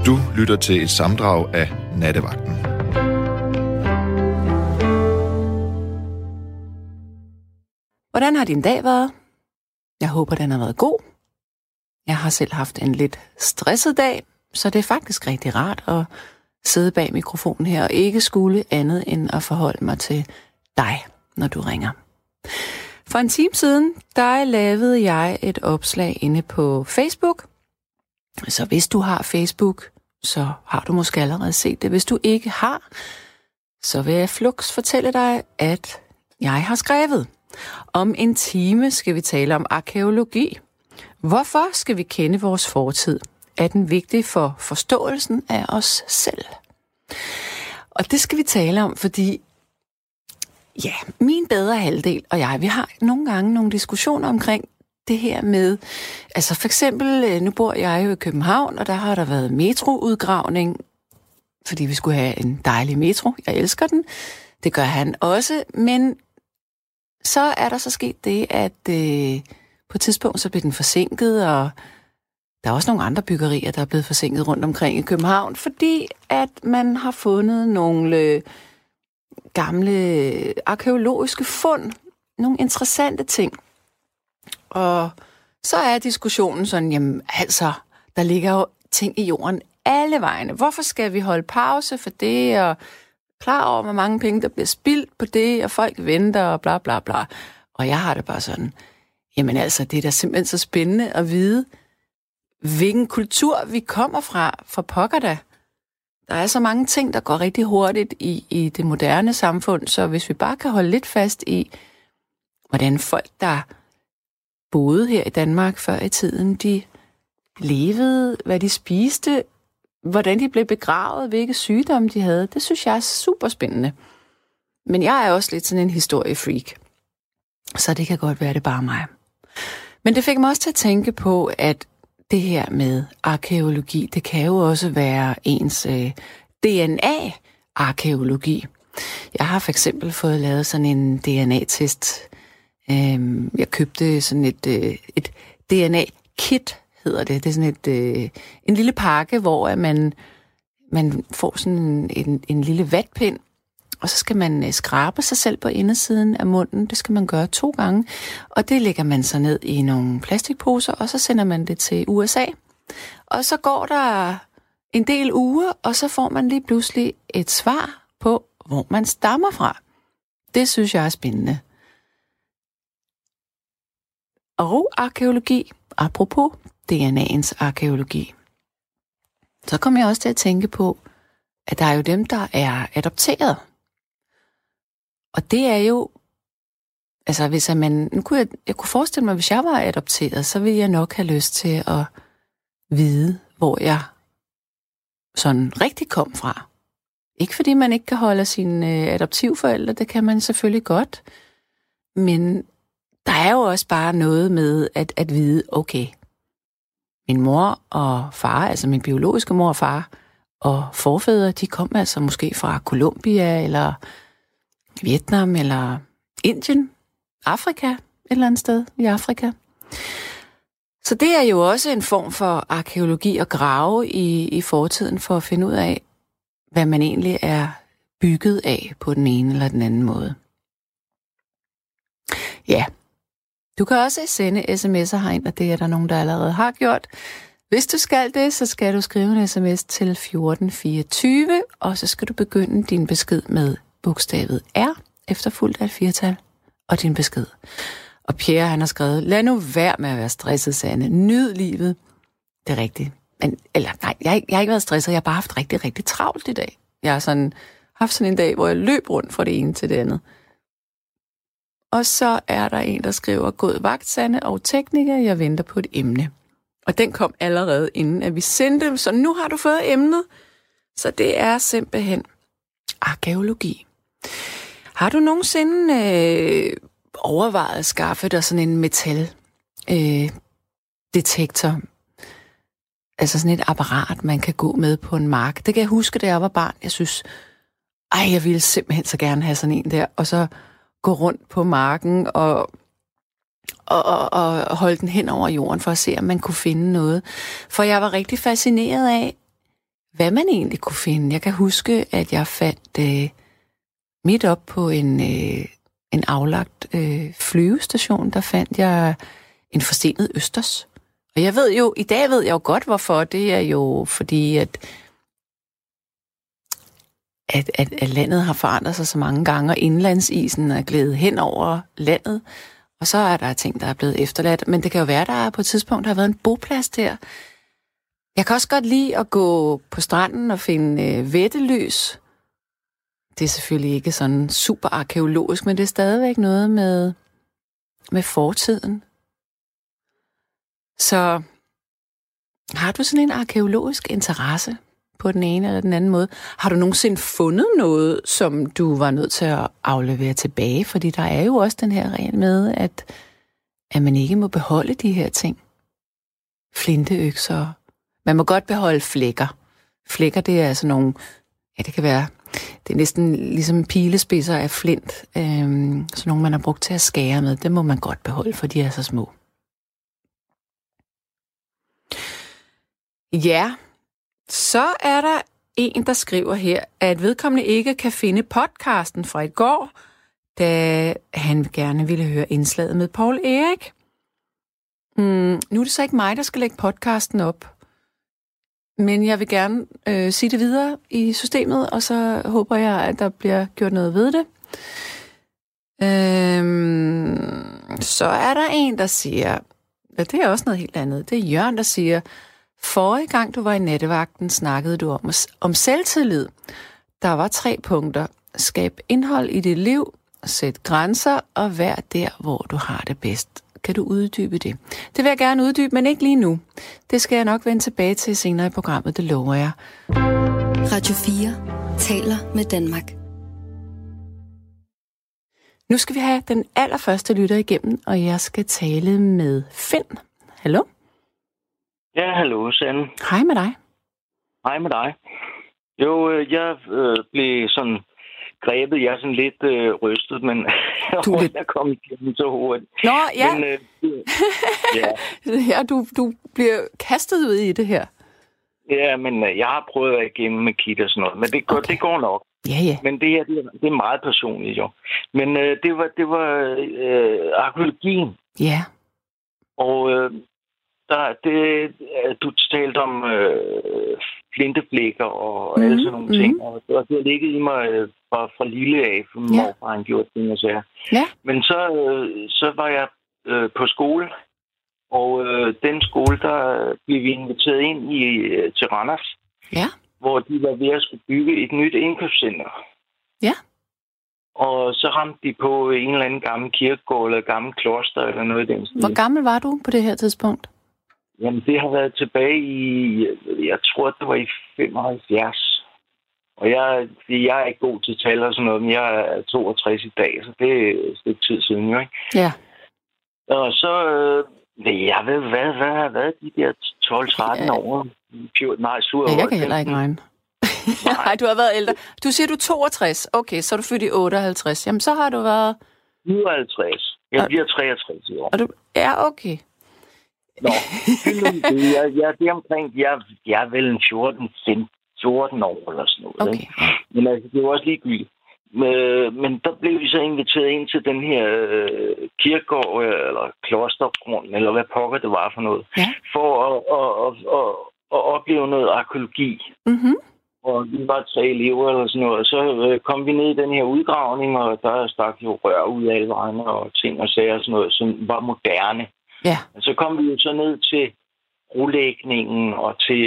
Du lytter til et sammendrag af Nattevagten. Hvordan har din dag været? Jeg håber, den har været god. Jeg har selv haft en lidt stresset dag, så det er faktisk rigtig rart at sidde bag mikrofonen her og ikke skulle andet end at forholde mig til dig, når du ringer. For en time siden, der lavede jeg et opslag inde på Facebook. Så hvis du har Facebook, så har du måske allerede set det. Hvis du ikke har, så vil jeg fluks fortælle dig, at jeg har skrevet. Om en time skal vi tale om arkæologi. Hvorfor skal vi kende vores fortid? Er den vigtig for forståelsen af os selv? Og det skal vi tale om, fordi ja, min bedre halvdel og jeg, vi har nogle gange nogle diskussioner omkring det her med, altså for eksempel, nu bor jeg jo i København, og der har der været metroudgravning, fordi vi skulle have en dejlig metro. Jeg elsker den. Det gør han også, men så er der så sket det, at på et tidspunkt så blev den forsinket, og der er også nogle andre byggerier, der er blevet forsinket rundt omkring i København, fordi at man har fundet nogle gamle arkæologiske fund, nogle interessante ting. Og så er diskussionen sådan, jamen altså, der ligger jo ting i jorden alle vegne. Hvorfor skal vi holde pause for det, og klar over, hvor mange penge, der bliver spildt på det, og folk venter, og bla bla bla. Og jeg har det bare sådan, jamen altså, det er da simpelthen så spændende at vide, hvilken kultur vi kommer fra pokker da. Der er så mange ting, der går rigtig hurtigt i det moderne samfund, så hvis vi bare kan holde lidt fast i, hvordan folk, der boede her i Danmark før i tiden, de levede, hvad de spiste, hvordan de blev begravet, hvilke sygdomme de havde, det synes jeg er super spændende. Men jeg er også lidt sådan en historiefreak, så det kan godt være, det er bare mig. Men det fik mig også til at tænke på, at det her med arkæologi, det kan jo også være ens DNA-arkæologi. Jeg har for eksempel fået lavet sådan en DNA-test. Jeg købte sådan et DNA-kit, hedder det. Det er sådan en lille pakke, hvor man får sådan en lille vatpind, og så skal man skrabe sig selv på indersiden af munden. Det skal man gøre 2 gange, og det lægger man så ned i nogle plastikposer, og så sender man det til USA. Og så går der en del uger, og så får man lige pludselig et svar på, hvor man stammer fra. Det synes jeg er spændende. Og arkæologi, apropos DNA'ens arkæologi, så kom jeg også til at tænke på, at der er jo dem, der er adopteret. Og det er jo, altså hvis jeg kunne forestille mig, hvis jeg var adopteret, så ville jeg nok have lyst til at vide, hvor jeg sådan rigtig kom fra. Ikke fordi man ikke kan holde sine adoptivforældre, det kan man selvfølgelig godt, men der er jo også bare noget med at vide, okay, min mor og far, altså min biologiske mor og far og forfædre, de kom altså måske fra Colombia eller Vietnam eller Indien, Afrika, et eller andet sted i Afrika. Så det er jo også en form for arkæologi at grave i fortiden for at finde ud af, hvad man egentlig er bygget af på den ene eller den anden måde. Ja, du kan også sende sms'er herind, og det er der nogen, der allerede har gjort. Hvis du skal det, så skal du skrive en sms til 1424, og så skal du begynde din besked med bogstavet R, efterfulgt af et 4-tal, og din besked. Og Pierre, han har skrevet, lad nu være med at være stresset, Sanne. Nyd livet. Det er rigtigt. Men, jeg har ikke været stresset, jeg har bare haft rigtig, rigtig travlt i dag. Jeg har haft sådan en dag, hvor jeg løb rundt fra det ene til det andet. Og så er der en, der skriver, god vagt, Sanne og tekniker, jeg venter på et emne. Og den kom allerede inden, at vi sendte, så nu har du fået emnet. Så det er simpelthen arkæologi. Har du nogensinde overvejet at skaffe dig sådan en metaldetektor? Altså sådan et apparat, man kan gå med på en mark. Det kan jeg huske, da jeg var barn. Jeg synes, jeg ville simpelthen så gerne have sådan en der. Og så gå rundt på marken og holde den hen over jorden for at se, om man kunne finde noget. For jeg var rigtig fascineret af, hvad man egentlig kunne finde. Jeg kan huske, at jeg fandt midt op på en aflagt flyvestation, der fandt jeg en forstenet østers. Og i dag ved jeg jo godt, hvorfor. Det er jo fordi, at landet har forandret sig så mange gange, og indlandsisen er glædet hen over landet, og så er der ting, der er blevet efterladt. Men det kan jo være, der på et tidspunkt har været en boplads der. Jeg kan også godt lide at gå på stranden og finde vættelys. Det er selvfølgelig ikke sådan super arkæologisk, men det er stadigvæk noget med fortiden. Så har du sådan en arkæologisk interesse på den ene eller den anden måde? Har du nogensinde fundet noget, som du var nødt til at aflevere tilbage? Fordi der er jo også den her regel med, at man ikke må beholde de her ting. Flinteøkser. Man må godt beholde flækker. Flækker, det er altså nogle... Ja, det kan være... Det er næsten ligesom pilespidser af flint. Så nogle, man har brugt til at skære med. Det må man godt beholde, for de er så små. Ja, så er der en, der skriver her, at vedkommende ikke kan finde podcasten fra i går, da han gerne ville høre indslaget med Poul Erik. Nu er det så ikke mig, der skal lægge podcasten op. Men jeg vil gerne sige det videre i systemet, og så håber jeg, at der bliver gjort noget ved det. Så er der en, der siger, ja, det er også noget helt andet. Det er Jørgen, der siger, forrige gang du var i nattevagten, snakkede du om selvtillid. Der var 3 punkter. Skab indhold i dit liv, sæt grænser og vær der, hvor du har det bedst. Kan du uddybe det? Det vil jeg gerne uddybe, men ikke lige nu. Det skal jeg nok vende tilbage til senere i programmet, det lover jeg. Radio 4 taler med Danmark. Nu skal vi have den allerførste lytter igennem, og jeg skal tale med Finn. Hallo? Ja, hallo, Sande. Hej med dig. Hej med dig. Jo, jeg blev sådan grebet. Jeg er sådan lidt rystet, men jeg kom igennem så hurtigt. Nå, ja. Men, ja. Ja, du bliver kastet ud i det her. Ja, men jeg har prøvet at være igennem med kit og sådan noget, men det går nok. Ja. Men det her, det er meget personligt, jo. Men det var arkeologien. Ja. Og du talte om flinteflækker og alle sådan nogle ting, og det har ligget i mig fra lille af, for min morfar han gjorde ting og sager. Ja. Men så var jeg på skole, og den skole, der blev vi inviteret ind til Randers, hvor de var ved at skulle bygge et nyt indkøbscenter. Ja. Og så ramte de på en eller anden gammel kirkegård eller gammel kloster eller noget i den stil. Hvor gammel var du på det her tidspunkt? Jamen, det har været tilbage i, jeg tror, det var i 75. Og jeg er ikke god til tal og sådan noget, men jeg er 62 i dag, så det er et stykke tid siden, jo, ikke? Ja. Og så, jeg ved, hvad har været de der 12-13 år? Nej, jeg kan heller ikke regne. Nej, du har været ældre. Du siger, du er 62. Okay, så er du født i 58. Jamen, så har du været... 59. Jeg bliver 63 i år. Ja, okay. Nå, det er omkring, jeg er vel en 14 år eller sådan noget. Okay. Men altså, det er jo også ligegyldigt. Men der blev vi så inviteret ind til den her kirkegård, eller klostergrund, eller hvad pokker det var for noget, for at opleve noget arkeologi. Mm-hmm. Og vi var 3 elever eller sådan noget, og så kom vi ned i den her udgravning, og der stak jo rør ud af alle vejene og ting og sager og sådan noget, som var moderne. Ja. Og så kom vi jo så ned til brolægningen og til,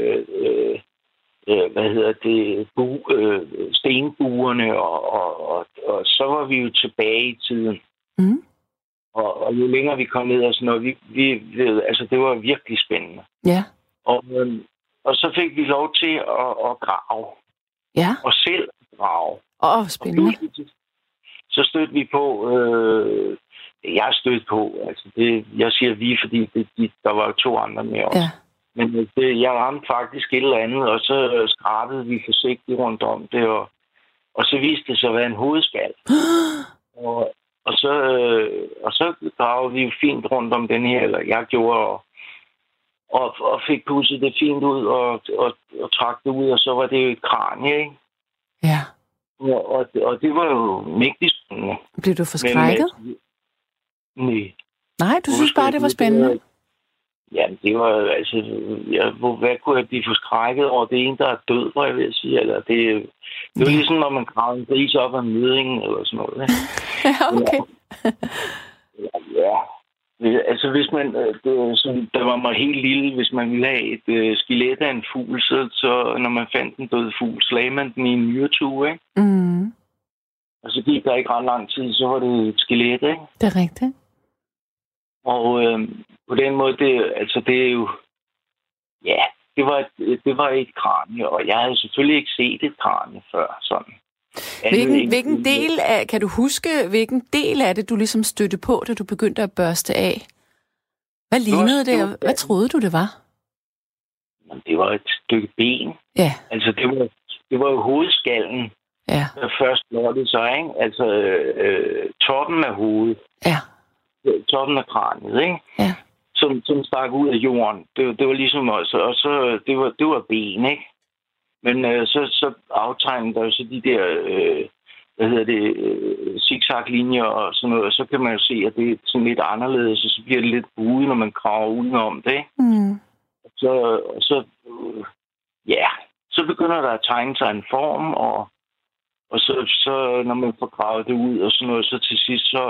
stenbuerne, og så var vi jo tilbage i tiden. Mm. Og jo længere vi kom ned og sådan noget, altså det var virkelig spændende. Ja. Og så fik vi lov til at grave. Ja. Og selv grave. Spændende. Og så stødte vi på... jeg stødte på, altså jeg siger vi, fordi der var 2 andre med os. Ja. Men jeg ramte faktisk et eller andet, og så skrabede vi forsigtigt rundt om det, og så viste det sig at være en hovedskal. og så gravede vi jo fint rundt om den her, eller jeg gjorde, og fik pudset det fint ud og trak det ud, og så var det et kranie, ikke? Ja. Og det var jo mægtigt spændende. Blev du forskrækket? Nej. Nej, du synes bare, det var spændende? Jamen, det var altså... hvad kunne jeg blive forskrækket over? Det er en, der er død, hvor jeg vil sige. Eller det var ligesom, når man graver en gris op af mødingen, eller sådan noget. Ja, okay. Ja. Altså, hvis man... der var mig helt lille, hvis man ville have et skelet af en fugl, så når man fandt en død fugl, slagde man den i en myretue, ikke? Mm. Og så gik der ikke ret lang tid, så var det et skelet, ikke? Det er rigtigt. Og på den måde, det er jo... Ja, det var et kranie, og jeg havde selvfølgelig ikke set et kranie før, sådan. Hvilken del af, kan du huske, hvilken del af det, du ligesom stødte på, da du begyndte at børste af? Hvad lignede det, og hvad troede du, det var? Det var et stykke ben. Ja. Altså, det var jo hovedskallen, der først gjorde det så, ikke? Altså, toppen af hovedet. Ja. Toppen af kraniet, ikke? Ja. Som stak ud af jorden. Det var ligesom også, og så, det var ben, ikke? Men så aftegnede der jo så de der, zigzag-linjer og sådan noget, og så kan man jo se, at det er sådan lidt anderledes, og så bliver det lidt buet, når man graver udenom det, ikke? Mm. Så begynder der at tegne sig en form, og så når man får gravet det ud og sådan noget, så til sidst så,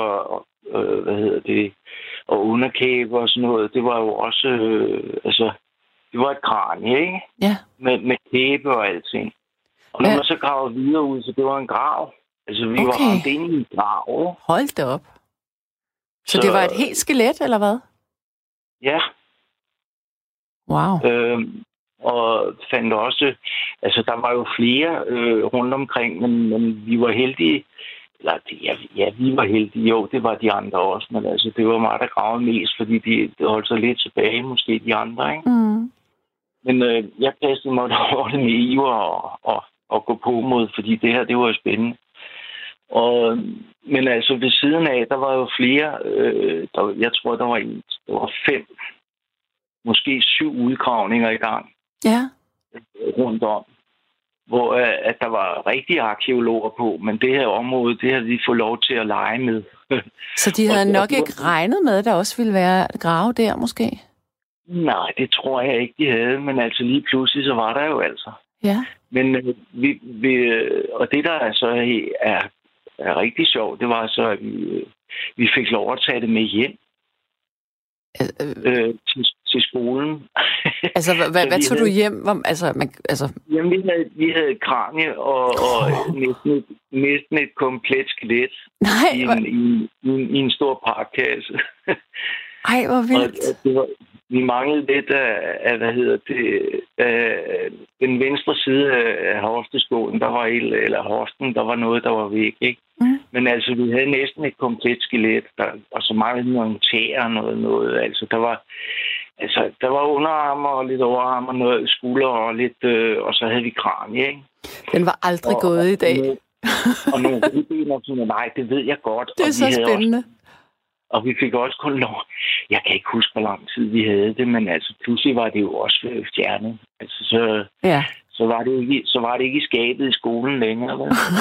og underkæbe og sådan noget, det var jo også, det var et kranie, ikke? Ja. Med kæbe og alting. Og når man så gravede videre ud, så det var en grav. Altså, vi var ramt inde i en grav. Hold da op. Så det var et helt skelet, eller hvad? Ja. Wow. Og fandt også... Altså, der var jo flere rundt omkring, men vi var heldige. Eller, vi var heldige. Jo, det var de andre også. Men altså, det var mig, der gravede mest, fordi de holdt sig lidt tilbage, måske de andre, ikke? Mm. Men jeg kastede mig over det med iver og gå på mod, fordi det her, det var jo spændende. Men altså, ved siden af, der var jo flere... jeg tror, der var 5, måske 7 udgravninger i gang. Ja. Rundt om. Hvor at der var rigtige arkeologer på, men det her område, det havde de fået lov til at lege med. Så de havde nok ikke regnet med, at der også ville være grave der, måske? Nej, det tror jeg ikke, de havde, men altså lige pludselig, så var der jo altså. Ja. Men og det, der så er rigtig sjovt, det var så, at vi fik lov at tage det med hjem til skolen. Altså, hvad tog du hjem? Jamen, vi havde et kranie og næsten et komplet skelet i en stor pakkasse. Ej, hvor vildt. Vi manglede lidt af den venstre side af hofteskålen, der var eller hoften, der var noget, der var væk, ikke? Mm. Men altså, vi havde næsten et komplet skelet, og så manglede nogle tæer og noget. Altså, der var underarmer og lidt overarmer, noget skulder og lidt, og så havde vi kranie, ikke? Den var aldrig gået i dag. Og nogle ribben og sådan, nej, det ved jeg godt. Det er så spændende. Og vi fik også kun lov. Jeg kan ikke huske, hvor lang tid vi havde det, men altså pludselig var det jo også fjernet. Altså så var det ikke i skabet i skolen længere.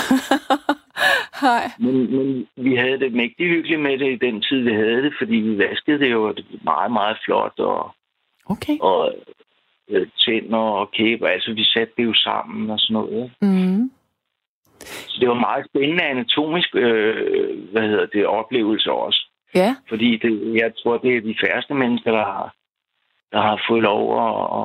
men vi havde det mægtigt hyggeligt med det i den tid, vi havde det, fordi vi vaskede det jo meget, meget flot og tænder og kæber. Altså vi satte det jo sammen og sådan noget. Mm. Så det var meget spændende anatomisk oplevelse også. Ja. Fordi jeg tror, det er de færreste mennesker, der har fået lov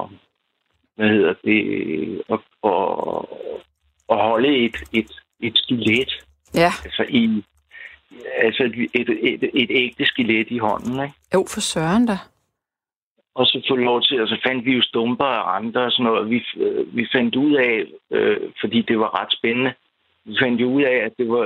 at holde et skelet. Ja. Altså et ægte skelet i hånden, ikke? Jo, for søren da. Og så få lov til, og så fandt vi jo stumper og andre og sådan noget. Vi fandt ud af, fordi det var ret spændende, vi fandt ud af, at det var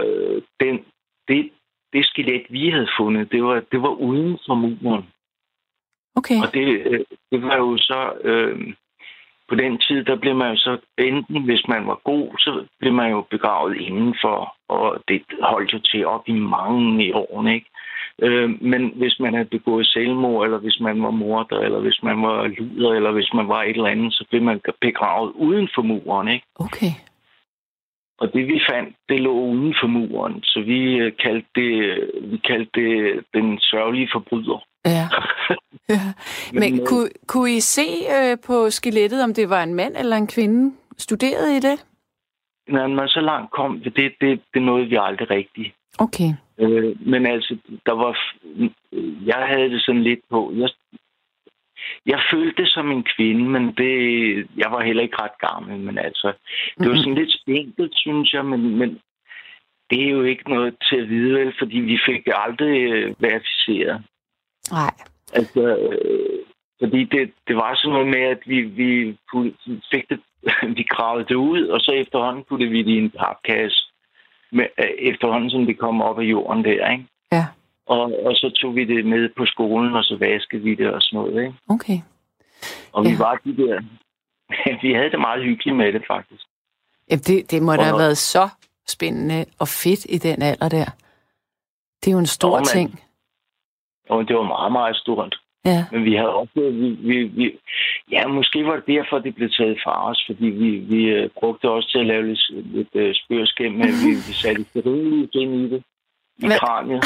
det skelet, vi havde fundet, det var uden for muren. Okay. Og det var jo så... på den tid, der blev man jo så... Enten, hvis man var god, så blev man jo begravet indenfor. Og det holdt jo til op i mange i årene, ikke? Men hvis man havde begået selvmord, eller hvis man var morder, eller hvis man var luder, eller hvis man var et eller andet, så blev man begravet uden for muren, ikke? Okay. Og det vi fandt, det lå uden for muren, så vi kaldte det den sørgelige forbryder. Ja. Ja. Men kunne I se på skelettet, om det var en mand eller en kvinde? Studerede I det? Når man så langt kom, det nåede vi aldrig rigtigt. Okay. Men altså, jeg havde det sådan lidt på. Jeg følte det som en kvinde, men jeg var heller ikke ret gammel. Men altså, det var sådan lidt spinkelt, synes jeg, men det er jo ikke noget til at vide, vel, fordi vi fik det aldrig verificeret. Nej. Altså, fordi det var sådan noget med, at vi fik det, vi gravede det ud, og så efterhånden puttede vi det i en papkasse, efterhånden som det kom op af jorden der, ikke? Ja. Og så tog vi det med på skolen, og så vaskede vi det og sådan noget, ikke? Okay. Og vi var de der... vi havde det meget hyggeligt med det, faktisk. Ja, det må da have været så spændende og fedt i den alder der. Det er jo en stor ting. Og det var meget, meget stort. Ja. Men vi havde også... ja, måske var det derfor, det blev taget fra os, fordi vi brugte også til at lave lidt spørskæm, men vi satte stearinlys ind i det. I kraniet.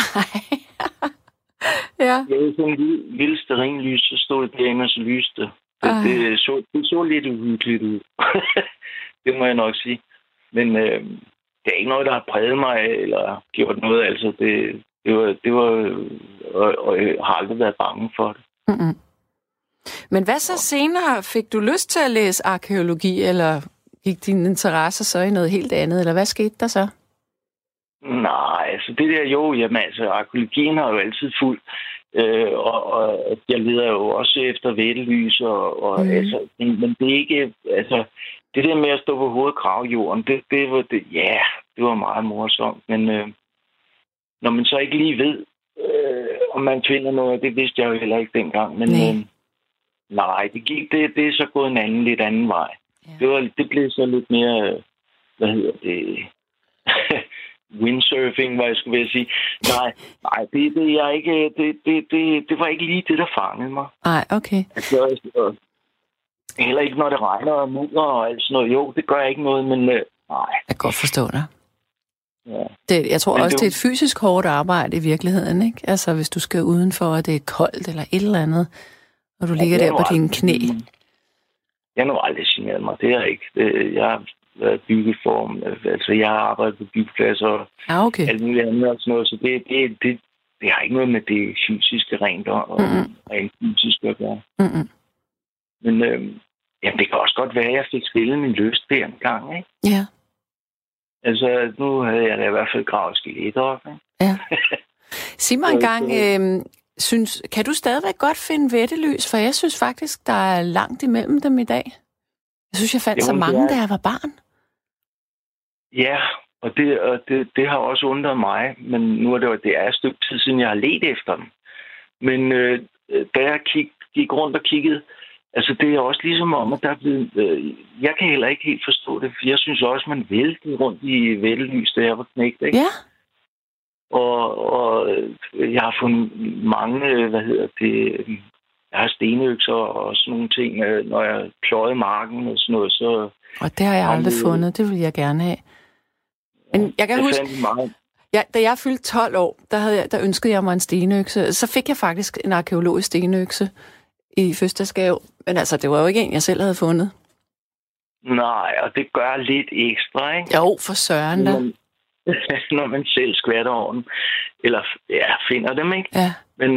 Ja. Jeg havde sådan en lille stearinlys, så stod det derinde, og så lyste det. Det så lidt uhyggeligt ud. Det må jeg nok sige. Men det er ikke noget, der har præget mig, eller gjort noget. Altså, det var og jeg har aldrig været bange for det. Mm-mm. Men hvad så senere? Fik du lyst til at læse arkæologi, eller gik din interesse så i noget helt andet, eller hvad skete der så? Nej, altså det der jamen altså arkæologien har jo altid fulgt, og jeg leder jo også efter vættelys, og altså, men det er ikke, altså det der med at stå på hovedet kravjorden, det var meget morsomt, men når man så ikke lige ved, om man finder noget, det vidste jeg jo heller ikke dengang, men nej, det er så gået en lidt anden vej. Ja. Det blev så lidt mere, hvad hedder det, windsurfing, hvad jeg skulle vil sige. Nej, det var ikke lige det, der fangede mig. Nej, okay. Heller ikke, når det regner og mudder og alt sådan noget. Jo, det gør ikke noget, men nej. Jeg kan godt forstå dig. Ja. Jeg tror også, det er et fysisk hårdt arbejde i virkeligheden, ikke? Altså, hvis du skal udenfor, og det er koldt eller et eller andet, og du ligger der på dine knæ. Jeg har nu aldrig generet mig. Det er jeg ikke. Jeg har været byggeform. Altså, jeg har arbejdet på byggepladser og alt muligt andet og sådan noget. Så det har ikke noget med det fysiske rent og rent fysiske at gøre. Mm-mm. Men det kan også godt være, at jeg fik spillet min lyst der en gang, ikke? Ja. Altså, nu havde jeg da i hvert fald gravet skeletter op, ikke? Ja. Sig mig en gang, kan du stadigvæk godt finde vættelys? For jeg synes faktisk, der er langt imellem dem i dag. Jeg synes, jeg fandt så mange, da jeg var barn. Ja, og det har også undret mig, men nu er det er et stykke tid siden, jeg har ledt efter dem. Men da jeg gik rundt og kiggede, altså det er også ligesom om, at der er blevet... jeg kan heller ikke helt forstå det, for jeg synes også, man væltede rundt i vættelys, da jeg var knægt, ikke? Ja. Og jeg har fundet mange, jeg har stenøkser og sådan nogle ting, når jeg pløjede marken og sådan noget, så... Og det har jeg aldrig fundet, det vil jeg gerne have. Men jeg kan huske, da jeg fyldte 12 år, der ønskede jeg mig en stenøkse. Så fik jeg faktisk en arkæologisk stenøkse i fødselsdagsgave. Men altså, det var jo ikke en, jeg selv havde fundet. Nej, og det gør lidt ekstra, ikke? Jo, for søren da. Når man selv skvatter over dem. Eller finder dem, ikke? Ja. Men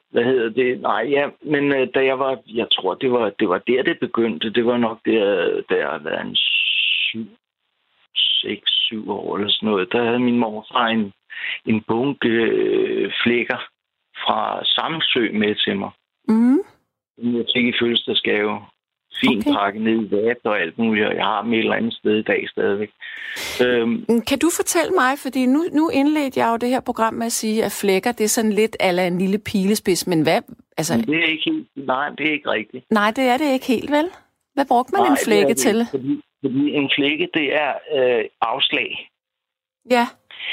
men da jeg var... Jeg tror, det var der, det begyndte. Det var nok der jeg havde været 6-7 år eller sådan noget. Der havde min morfar en bunke flækker fra Samsø med til mig. Mm. Jeg fik i fødselsdagsgave. Fint pakket ned i vat og alt muligt, og jeg har dem et eller andet sted i dag stadigvæk. Kan du fortælle mig, fordi nu indledte jeg jo det her program med at sige, at flækker, det er sådan lidt a la en lille pilespids, men hvad? Altså... Det er ikke helt, nej, det er ikke rigtigt. Nej, det er det ikke helt, vel? Hvad brugte man en flække til? Fordi en flække, det er afslag. Ja.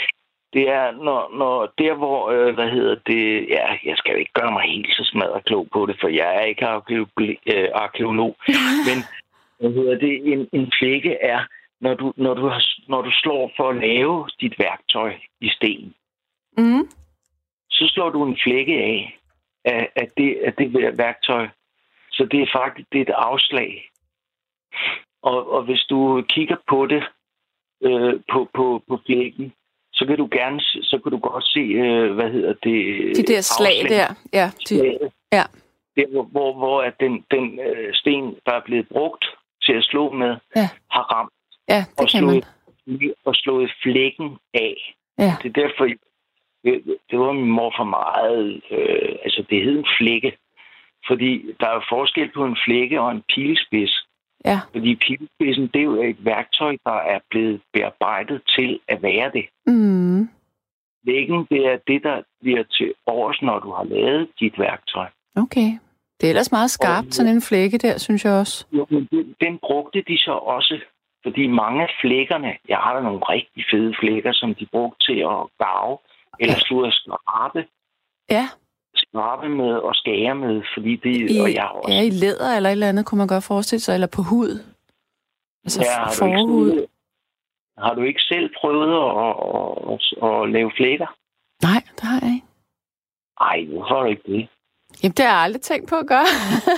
det er, når der, hvor, ja, jeg skal jo ikke gøre mig helt så smadret klog på det, for jeg er ikke arkeolog. Men, en flække er, når du slår for at lave dit værktøj i sten, så slår du en flække af det værktøj. Så det er faktisk et afslag. Og hvis du kigger på det, på flækken, så kan du godt se, de der slag der. Ja. Ja. Der, hvor at den sten, der er blevet brugt til at slå med, har ramt. Ja, det kan man. Og slået flækken af. Ja. Det er derfor, det var min mor for meget, det hed en flække. Fordi der er jo forskel på en flække og en pilspids. Ja. Fordi pilspidsen, det er jo et værktøj, der er blevet bearbejdet til at være det. Mm. Flækken, det er det, der bliver til overs, når du har lavet dit værktøj. Okay. Det er ellers meget skarpt, sådan en flække der, synes jeg også. Jo, men den brugte de så også. Fordi mange af flækkerne, jeg har der nogle rigtig fede flækker, som de brugte til at garve, eller slå at skrabe. Ja. Skrabe med og skære med, fordi det... I læder eller et eller andet, kunne man godt forestille sig, eller på hud. Altså forhud. Har du ikke selv prøvet at lave flækker? Nej, det har jeg ikke. Ej, hvorfor har du ikke det? Jamen, det har jeg aldrig tænkt på at gøre.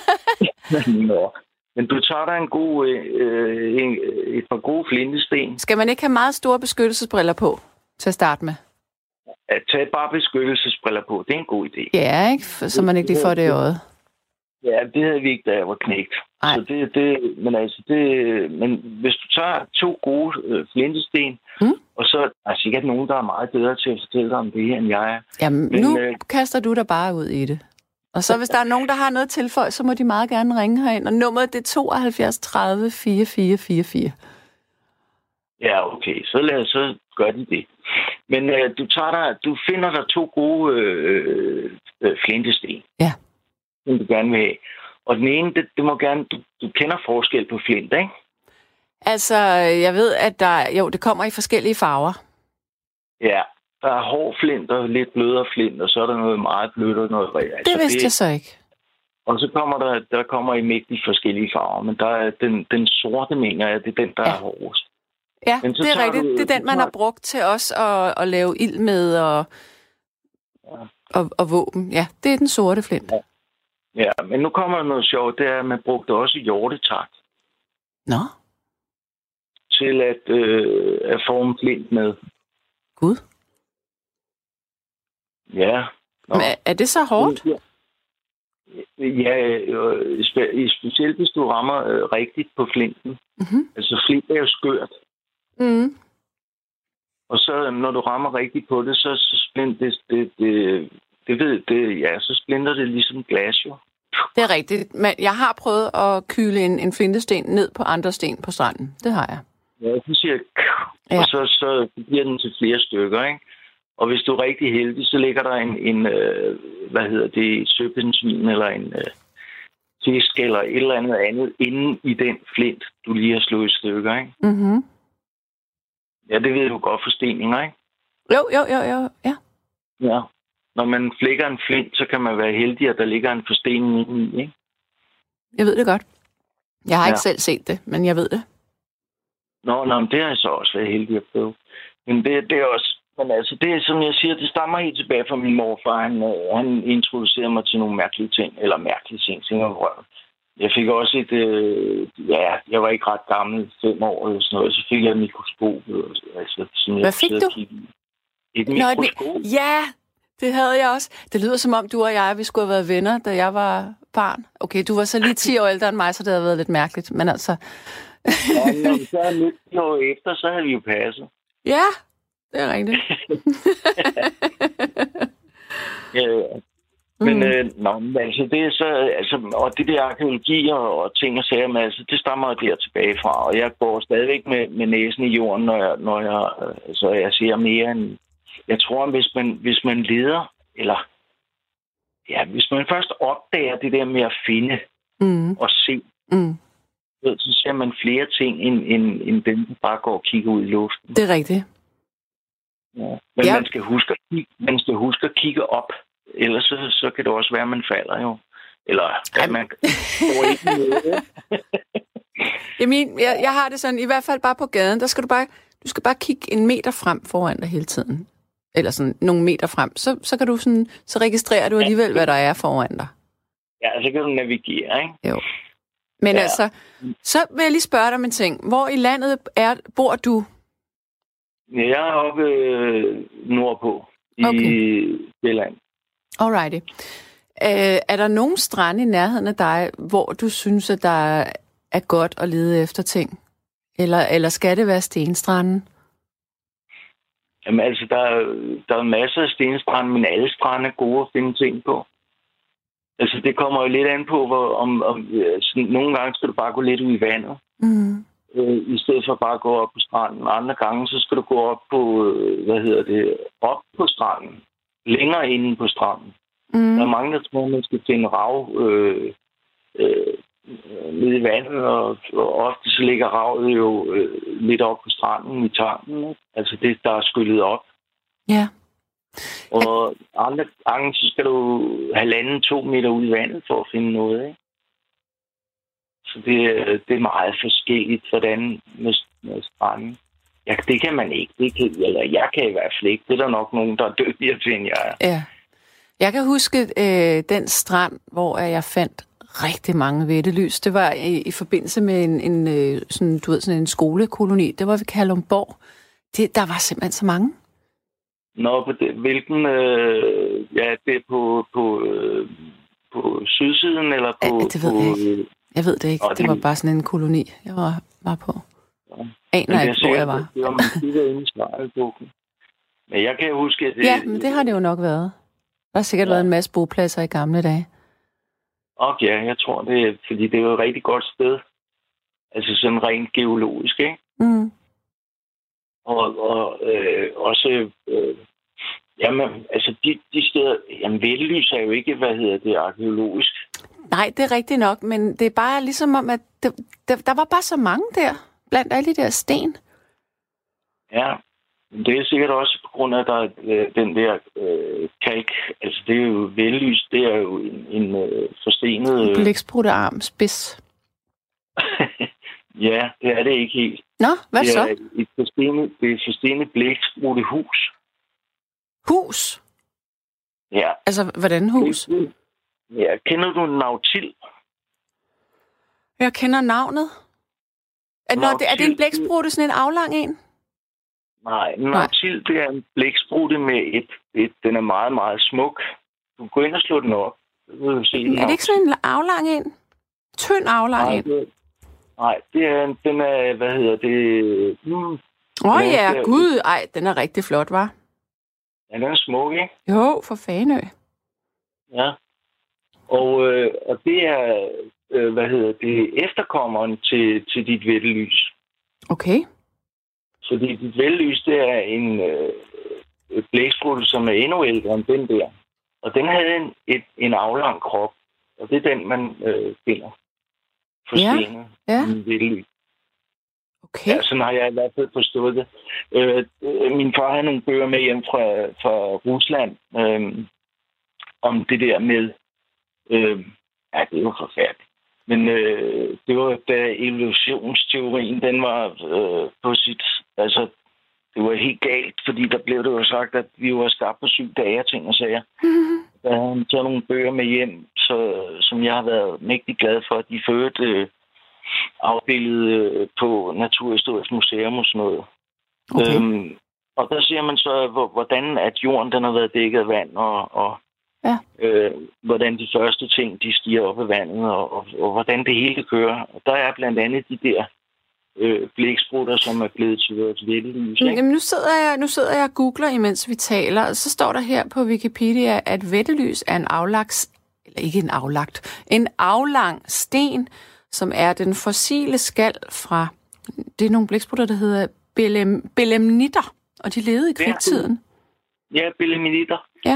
Men du tager dig et par gode flintesten. Skal man ikke have meget store beskyttelsesbriller på til at starte med? At tage bare beskyttelsesbriller på, det er en god idé. Ja, ikke? Så man ikke lige får det i øjet. Ja, det havde vi ikke, da jeg var knægt. Så men hvis du tager 2 gode flintesten, og så er der sikkert nogen, der er meget bedre til at fortælle dig om det her, end jeg er. Jamen, nu kaster du dig bare ud i det. Og så hvis der er nogen, der har noget tilføj, så må de meget gerne ringe herind. Og nummeret, det er 72 30 4444. Ja, okay. Så gør de det. Men du finder der 2 gode flintesten. Ja. Som du gerne vil have. Og den ene, det må gerne... Du kender forskel på flint, ikke? Altså, jeg ved, at det kommer i forskellige farver. Ja. Der er hård flint og lidt blødere flint, og så er der noget meget blødt og noget... Det vidste jeg så ikke. Og så kommer der kommer i mægtigt forskellige farver, men der er den sorte, mener jeg, det er den, der er hårdest. Ja, det er rigtigt. Det er den, man har brugt til os at lave ild med og våben. Ja, det er den sorte flint. Ja, men nu kommer der noget sjovt. Det er, at man brugte også hjortetakt. Nå? Til at forme flint med. Gud? Ja. Men er det så hårdt? Ja, specielt hvis du rammer rigtigt på flinten. Mm-hmm. Altså flint er jo skørt. Mm. Og så når du rammer rigtigt på det, så så splinter det ligesom glas jo. Det er rigtigt. Men jeg har prøvet at kyle en flintesten ned på andre sten på stranden. Det har jeg. Ja, så siger jeg, og så bliver den til flere stykker, ikke? Og hvis du er rigtig heldig, så ligger der en søpindsvin eller en fisk eller et eller andet inde i den flint, du lige har slået i stykker, ikke? Mhm. Ja, det ved du godt forsteninger, ikke? Jo, ja. Ja. Når man flækker en flint, så kan man være heldig, at der ligger en forstening inde i, ikke? Jeg ved det godt. Jeg har ikke selv set det, men jeg ved det. Nå, men det har jeg så også været heldig at prøve. Men det er også... Men altså, det er, som jeg siger, det stammer helt tilbage fra min morfar. Han introducerede mig til nogle mærkelige ting, Jeg fik også jeg var ikke ret gammel, 5 år eller sådan noget, så fik jeg et mikroskop. Altså, hvad fik du? Et mikroskop. Ja, det havde jeg også. Det lyder som om, du og jeg, vi skulle have været venner, da jeg var barn. Okay, du var så lige 10 år ældre end mig, så det havde været lidt mærkeligt, men altså... Ja, når vi så er 19 år efter, så havde vi jo passet. Ja, det er rigtigt. Ja. Men altså det er så, og det der arkeologi og ting og sager, men altså det stammer der tilbage fra, og jeg går stadigvæk med næsen i jorden, når jeg ser mere end, jeg tror, hvis man leder, eller ja, hvis man først opdager det der med at finde og se, så ser man flere ting, end dem, der bare går og kigger ud i luften. Det er rigtigt. Ja. Men man skal huske at kigge op. Ellers så kan det også være, at man falder jo. Eller at man får ikke noget. Jamen, jeg har det sådan, i hvert fald bare på gaden, der skal du skal bare kigge 1 meter frem foran dig hele tiden. Eller sådan nogle meter frem. Så kan du sådan, så registrerer du alligevel, hvad der er foran dig. Ja, så kan du navigere, ikke? Jo. Men altså, så vil jeg lige spørge dig om en ting. Hvor i landet bor du? Jeg er oppe nordpå i Sjælland. Alrighty. Er der nogen strande i nærheden af dig, hvor du synes, at der er godt at lede efter ting? Eller skal det være stenstranden? Jamen altså, der er masser af stenstrande, men alle strande er gode at finde ting på. Altså, det kommer jo lidt an på, nogle gange skal du bare gå lidt ud i vandet. I stedet for bare at gå op på stranden. Andre gange, så skal du gå op på, op på stranden. Længere inde på stranden. Der er mange, der tror, man skal finde rav nede i vandet, og ofte så ligger ravet jo lidt op på stranden i tanken. Altså det, der er skyllet op. Ja. Og andre gange, så skal du 1,5-2 meter ud i vandet for at finde noget, ikke? Så det er meget forskelligt, hvordan med stranden. Ja, det kan man ikke. Jeg kan i hvert fald ikke. Det er der nok nogen, der er dygtigere til, end jeg er. Ja. Jeg kan huske den strand, hvor jeg fandt rigtig mange vettelys. Det var i forbindelse med sådan en skolekoloni. Det var ved Kalundborg. Der var simpelthen så mange. Nå, hvilken... det er på sydsiden, eller på... det ved jeg ikke. Jeg ved det ikke. Det var bare sådan en koloni, jeg var på. Aner ikke, hvor jeg var. Det var man inde i Svarelbukken. Men jeg kan huske, at Ja, men det har det jo nok været. Der har sikkert været en masse bopladser i gamle dage. Ja, jeg tror det er, fordi det er jo et rigtig godt sted. Altså sådan rent geologisk, ikke? Mm. Og også... jamen, altså de steder... Jamen, Vettelys er jo ikke, arkeologisk. Nej, det er rigtigt nok, men det er bare ligesom om, at der var bare så mange der, blandt alle de der sten. Ja, det er sikkert også på grund af, at der er den der kalk. Altså, det er jo Vettelys, det er jo en forstenet... Blæksprutte-arm, spids. Ja, det er det ikke helt. Nå, hvad så? Det er et forstenet blæksprutehus. Hus? Ja. Altså, hvordan hus? Ja, kender du Nautil? Jeg kender navnet. Er det en blæksprutte, sådan en aflang en? Nej, Nautil, det er en blæksprutte med den er meget, meget smuk. Du går ind og slå den op. Er det ikke sådan en aflang en? Tynd aflang en? Nej, den er, gud, den er rigtig flot, hva'? Ja, den er smuk, ikke? Jo, for Fanø. Ja. Og det er, efterkommeren til dit Vettelys. Okay. Fordi dit Vettelys, det er en blæksprutte, som er endnu ældre end den der. Og den havde en aflang krop. Og det er den, man finder. Forstenet. Ja. Vettelys. Okay. Ja, sådan har jeg i hvert fald forstået det. Min far havde nogle bøger med hjem fra Rusland om det der med... det er jo forfærdeligt. Men det var da evolutionsteorien, den var på sit... Altså, det var helt galt, fordi der blev det jo sagt, at vi var skabt på 7 dage og ting og sager. Der havde han taget nogle bøger med hjem, som jeg har været mægtig glad for, at de førte... afbildet på Naturhistorisk Museum og sådan noget. Okay. Og der ser man så, hvordan at jorden den har været dækket af vand, og hvordan de første ting, de stiger op af vandet, og hvordan det hele kører. Og der er blandt andet de der blæksprutter, som er blevet til vores Vettelys. Jamen, nu sidder jeg og googler, imens vi taler, og så står der her på Wikipedia, at Vettelys er en aflang sten, som er den fossile skal fra, det er nogle blæksprutter, der hedder belemnitter, og de levede i kridttiden. Ja, belemnitter. Ja.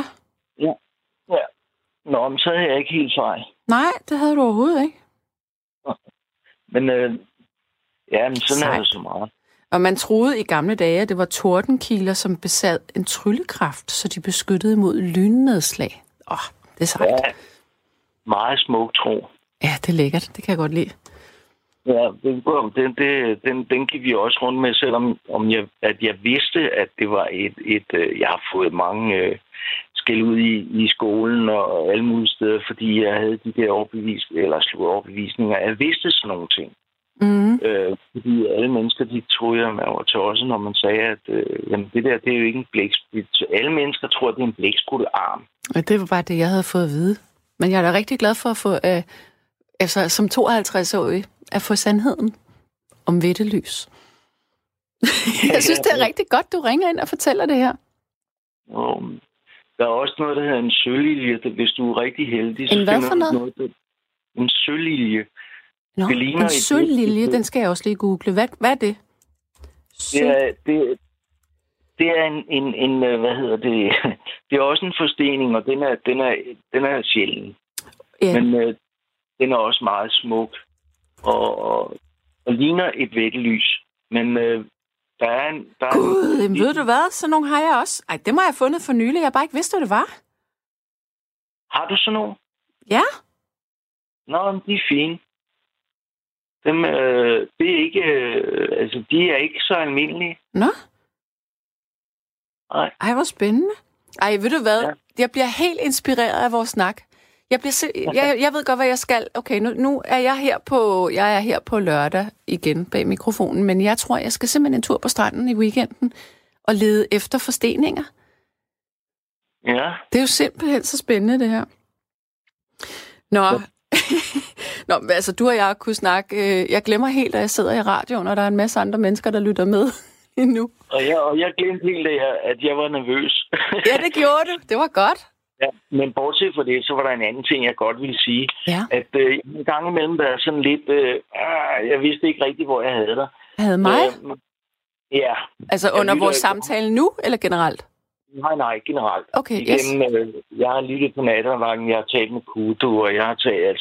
Nå, men så havde jeg ikke helt fejl. Nej, det havde du overhovedet ikke. Men, men sådan er det så meget. Og man troede i gamle dage, at det var tordenkiler, som besad en tryllekraft, så de beskyttede mod lynnedslag. Det er sejt. Ja, meget smuk tro. Ja, det er lækkert. Det kan jeg godt lide. Ja, den gik vi også rundt med, selvom jeg vidste, at det var jeg har fået mange skæld ud i skolen og alle mulige steder, fordi jeg havde de der overbevisninger. Jeg vidste sådan nogle ting. Mm. Fordi alle mennesker, de troede, at man var tosset, når man sagde, at jamen, det der, det er jo ikke en blæksprut. Alle mennesker tror, at det er en blækspruttearm. Og det var bare det, jeg havde fået at vide. Men jeg er da rigtig glad for at få, som 52-årig, at få sandheden om vittelys. Jeg synes, det er rigtig godt, du ringer ind og fortæller det her. Der er også noget, der hedder en sølvlilje. Hvis du er rigtig heldig, så en hvad for noget? En sølvlilje. Nå, en sølvlilje, den skal jeg også lige google. Hvad er det? Det er en hvad hedder det? Det er også en forstening, og den er sjælden. Ja. Men den er også meget smuk og ligner et væggelys. Men der er Gud, ved du hvad? Sådan nogle har jeg også. Ej, det må jeg have fundet for nylig. Jeg bare ikke vidste, hvad det var. Har du sådan nogle? Ja. Nå, de er fine. Dem, det er ikke, de er ikke så almindelige. Nå? Nej. Ej, hvor spændende. Ej, ved du hvad? Ja. Jeg bliver helt inspireret af vores snak. Jeg ved godt, hvad jeg skal. Okay, nu er jeg her på lørdag igen bag mikrofonen, men jeg tror, jeg skal simpelthen en tur på stranden i weekenden og lede efter forsteninger. Ja. Det er jo simpelthen så spændende, det her. Nå, altså du og jeg kunne snakke. Jeg glemmer helt, at jeg sidder i radioen, og der er en masse andre mennesker, der lytter med nu. Og jeg glemte helt, at jeg var nervøs. Ja, det gjorde du. Det var godt. Ja, men bortset fra det, så var der en anden ting, jeg godt ville sige. Ja. At en gang imellem, der er sådan lidt... jeg vidste ikke rigtigt, hvor jeg havde dig. Havde mig? Ja. Altså under vores samtale nu, eller generelt? Nej, generelt. Okay, yes. Jeg har lyttet på nattevagten, jeg har talt med Kudo, og jeg har talt...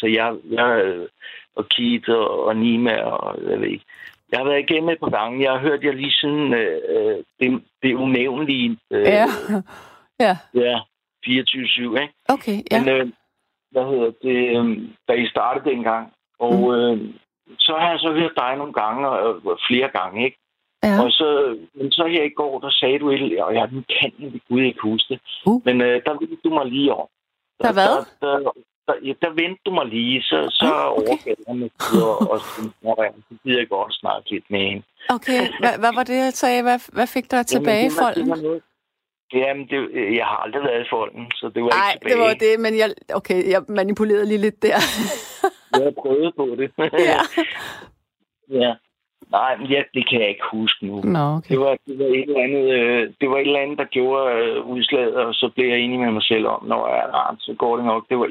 og Kit og Nima, og jeg ved ikke. Jeg har været igennem et par gange. Jeg har hørt jer lige sådan det unævnlige. Ja. Ja. 24/7, ikke? Okay, ja. Men, hvad hedder det, da I startede dengang, og så har jeg så hørt dig nogle gange, og flere gange, ikke? Ja. Og så her i går, der sagde du et, og jeg kan Gud ikke huske det, men der vendte du mig lige om. Der hvad? Der vendte du mig lige, så overgav jeg mig, og så gider jeg godt snakke lidt med hende. Okay, hvad var det, jeg sagde? Hvad fik dig tilbage i folden? Jamen, jeg har aldrig været i folden, så det var ikke tilbage. Nej, det var det, men jeg manipulerede lige lidt der. Jeg prøvede på det. Ja. Ja. Nej, men det kan jeg ikke huske nu. Nå, okay. Det var et eller andet, der gjorde udslaget, og så blev jeg enig med mig selv om, når så går det nok. Det var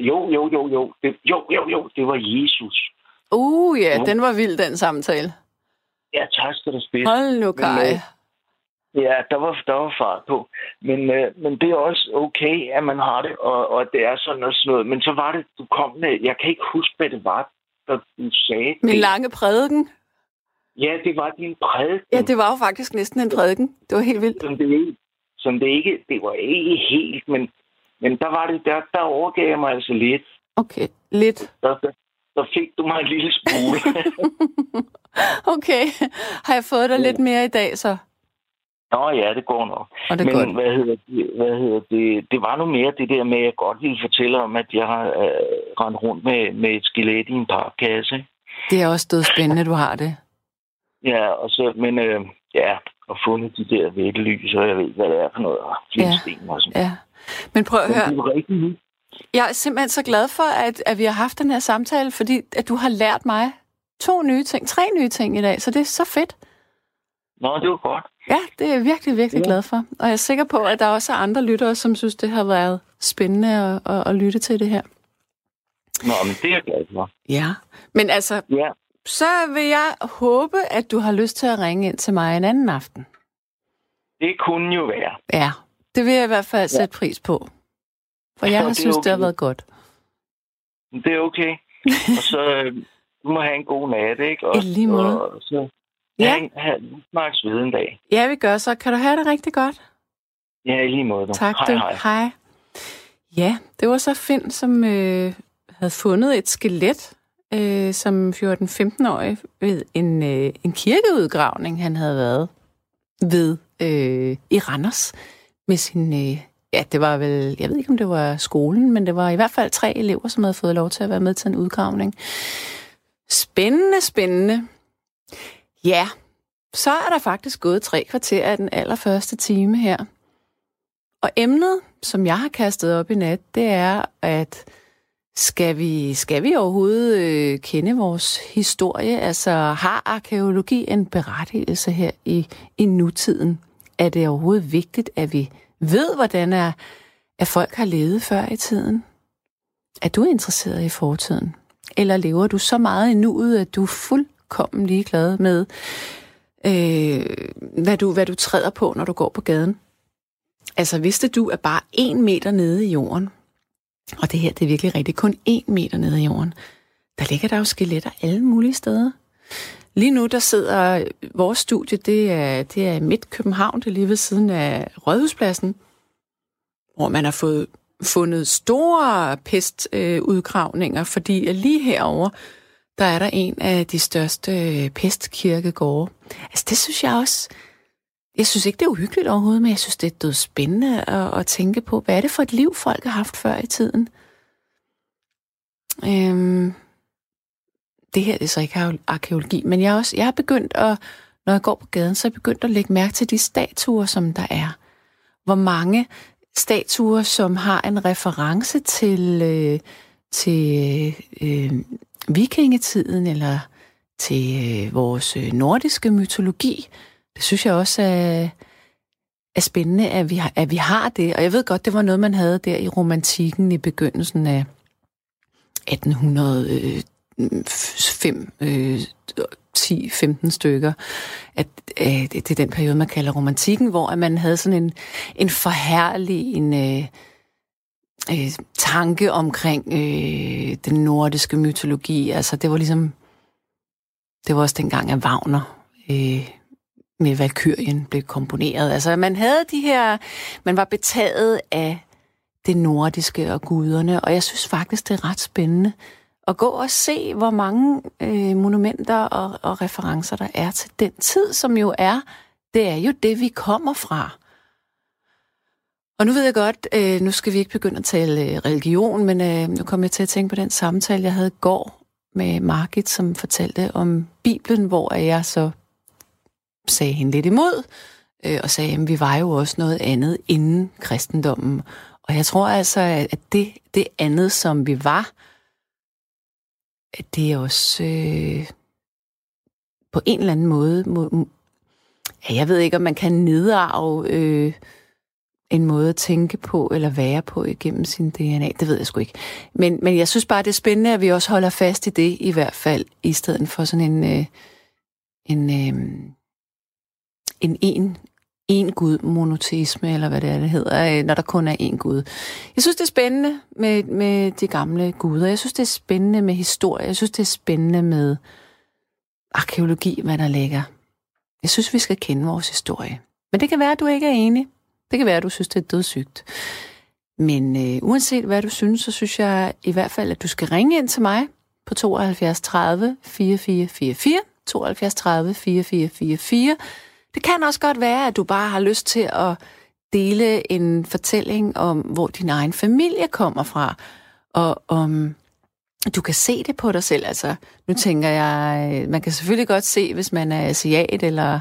det var Jesus. Ja, den var vild, den samtale. Ja, tak skal du spille. Hold nu, Kai. Ja, der var fart på. Men det er også okay, at man har det, og det er sådan noget. Men så var det, du kom med, jeg kan ikke huske, hvad det var, der du sagde. Min lange prædiken? Ja, det var din prædiken. Ja, det var jo faktisk næsten en prædiken. Det var helt vildt. Det var ikke helt, men der var det, der overgav jeg mig altså lidt. Okay, lidt. Der fik du mig en lille smule. Okay, har jeg fået dig lidt mere i dag, så? Nå ja, det går nok. Og det men hvad hedder det? Det var nu mere det der med, at jeg godt ville fortælle om, at jeg har rendt rundt med et skelet i en parkasse. Det er også dødspændende, du har det. Ja, og så, og fundet de der væggelys, og jeg ved, hvad det er for noget. Flintsten og sådan. Ja. Men prøv at høre. Jeg er simpelthen så glad for, at vi har haft den her samtale, fordi at du har lært mig 3 nye ting i dag, så det er så fedt. Nå, det var godt. Ja, det er jeg virkelig, virkelig glad for. Og jeg er sikker på, at der også er andre lyttere, som synes, det har været spændende at lytte til det her. Nå, men det er jeg glad for. Ja, men altså, så vil jeg håbe, at du har lyst til at ringe ind til mig en anden aften. Det kunne jo være. Ja, det vil jeg i hvert fald sætte pris på. For jeg synes, det har været godt. Det er okay. Og så du må have en god nat, ikke? Og, i lige måde. Og så Ja. Snakkes ved en dag. Ja, vi gør så. Kan du have det rigtig godt? Ja, i lige måde. Tak, hej. Ja, det var så Finn, som havde fundet et skelet som 14-15-årig ved en kirkeudgravning, han havde været ved i Randers med sin... det var vel... Jeg ved ikke, om det var skolen, men det var i hvert fald 3 elever, som havde fået lov til at være med til en udgravning. Spændende. Ja, så er der faktisk gået 3 kvarter af den allerførste time her. Og emnet, som jeg har kastet op i nat, det er, at skal vi overhovedet kende vores historie? Altså, har arkæologi en berettigelse her i nutiden? Er det overhovedet vigtigt, at vi ved, hvordan at folk har levet før i tiden? Er du interesseret i fortiden? Eller lever du så meget i nuet, at du er fuldkommen ligeglad med, hvad du træder på, når du går på gaden? Altså, vidste du, at bare 1 meter nede i jorden, og det her, det er virkelig rigtigt, kun 1 meter nede i jorden, der ligger der jo skeletter alle mulige steder. Lige nu, der sidder vores studie, det er i midt København, det er lige ved siden af Rådhuspladsen, hvor man har fundet store pestudgravninger, fordi lige herover der er der en af de største pestkirkegårde. Altså, det synes jeg også... Jeg synes ikke, det er uhyggeligt overhovedet, men jeg synes, det er spændende at tænke på, hvad er det for et liv, folk har haft før i tiden? Det her det er så ikke arkæologi, men jeg har begyndt når jeg går på gaden, så er jeg begyndt at lægge mærke til de statuer, som der er. Hvor mange statuer, som har en reference til vikingetiden, eller til vores nordiske mytologi. Det synes jeg også er spændende, at vi har det. Og jeg ved godt, det var noget, man havde der i romantikken i begyndelsen af 1805, 10-15 stykker. At det er den periode, man kalder romantikken, hvor man havde sådan en forherlig tanke omkring den nordiske mytologi. Altså, det var ligesom... Det var også dengang, at Wagner... med Valkyrien blev komponeret. Altså, man var betaget af det nordiske og guderne, og jeg synes faktisk, det er ret spændende at gå og se, hvor mange monumenter og referencer der er til den tid, som jo det er jo det, vi kommer fra. Og nu ved jeg godt, nu skal vi ikke begynde at tale religion, men nu kommer jeg til at tænke på den samtale, jeg havde i går med Margit, som fortalte om Bibelen, hvor jeg så sagde hende lidt imod, og sagde, at vi var jo også noget andet inden kristendommen. Og jeg tror altså, at det andet, som vi var, at det er også på en eller anden måde, jeg ved ikke, om man kan nedarve en måde at tænke på, eller være på igennem sin DNA. Det ved jeg sgu ikke. Men jeg synes bare, det er spændende, at vi også holder fast i det, i hvert fald, i stedet for sådan en Gud monoteisme, eller hvad det hedder, når der kun er én Gud. Jeg synes, det er spændende med de gamle guder. Jeg synes, det er spændende med historie. Jeg synes, det er spændende med arkæologi, hvad der ligger. Jeg synes, vi skal kende vores historie. Men det kan være, at du ikke er enig. Det kan være, at du synes, det er dødssygt. Men uanset hvad du synes, så synes jeg i hvert fald, at du skal ringe ind til mig på 72 30 4444. 72 30 4444. Det kan også godt være, at du bare har lyst til at dele en fortælling om, hvor din egen familie kommer fra, og om du kan se det på dig selv. Altså, nu tænker jeg, man kan selvfølgelig godt se, hvis man er asiat, eller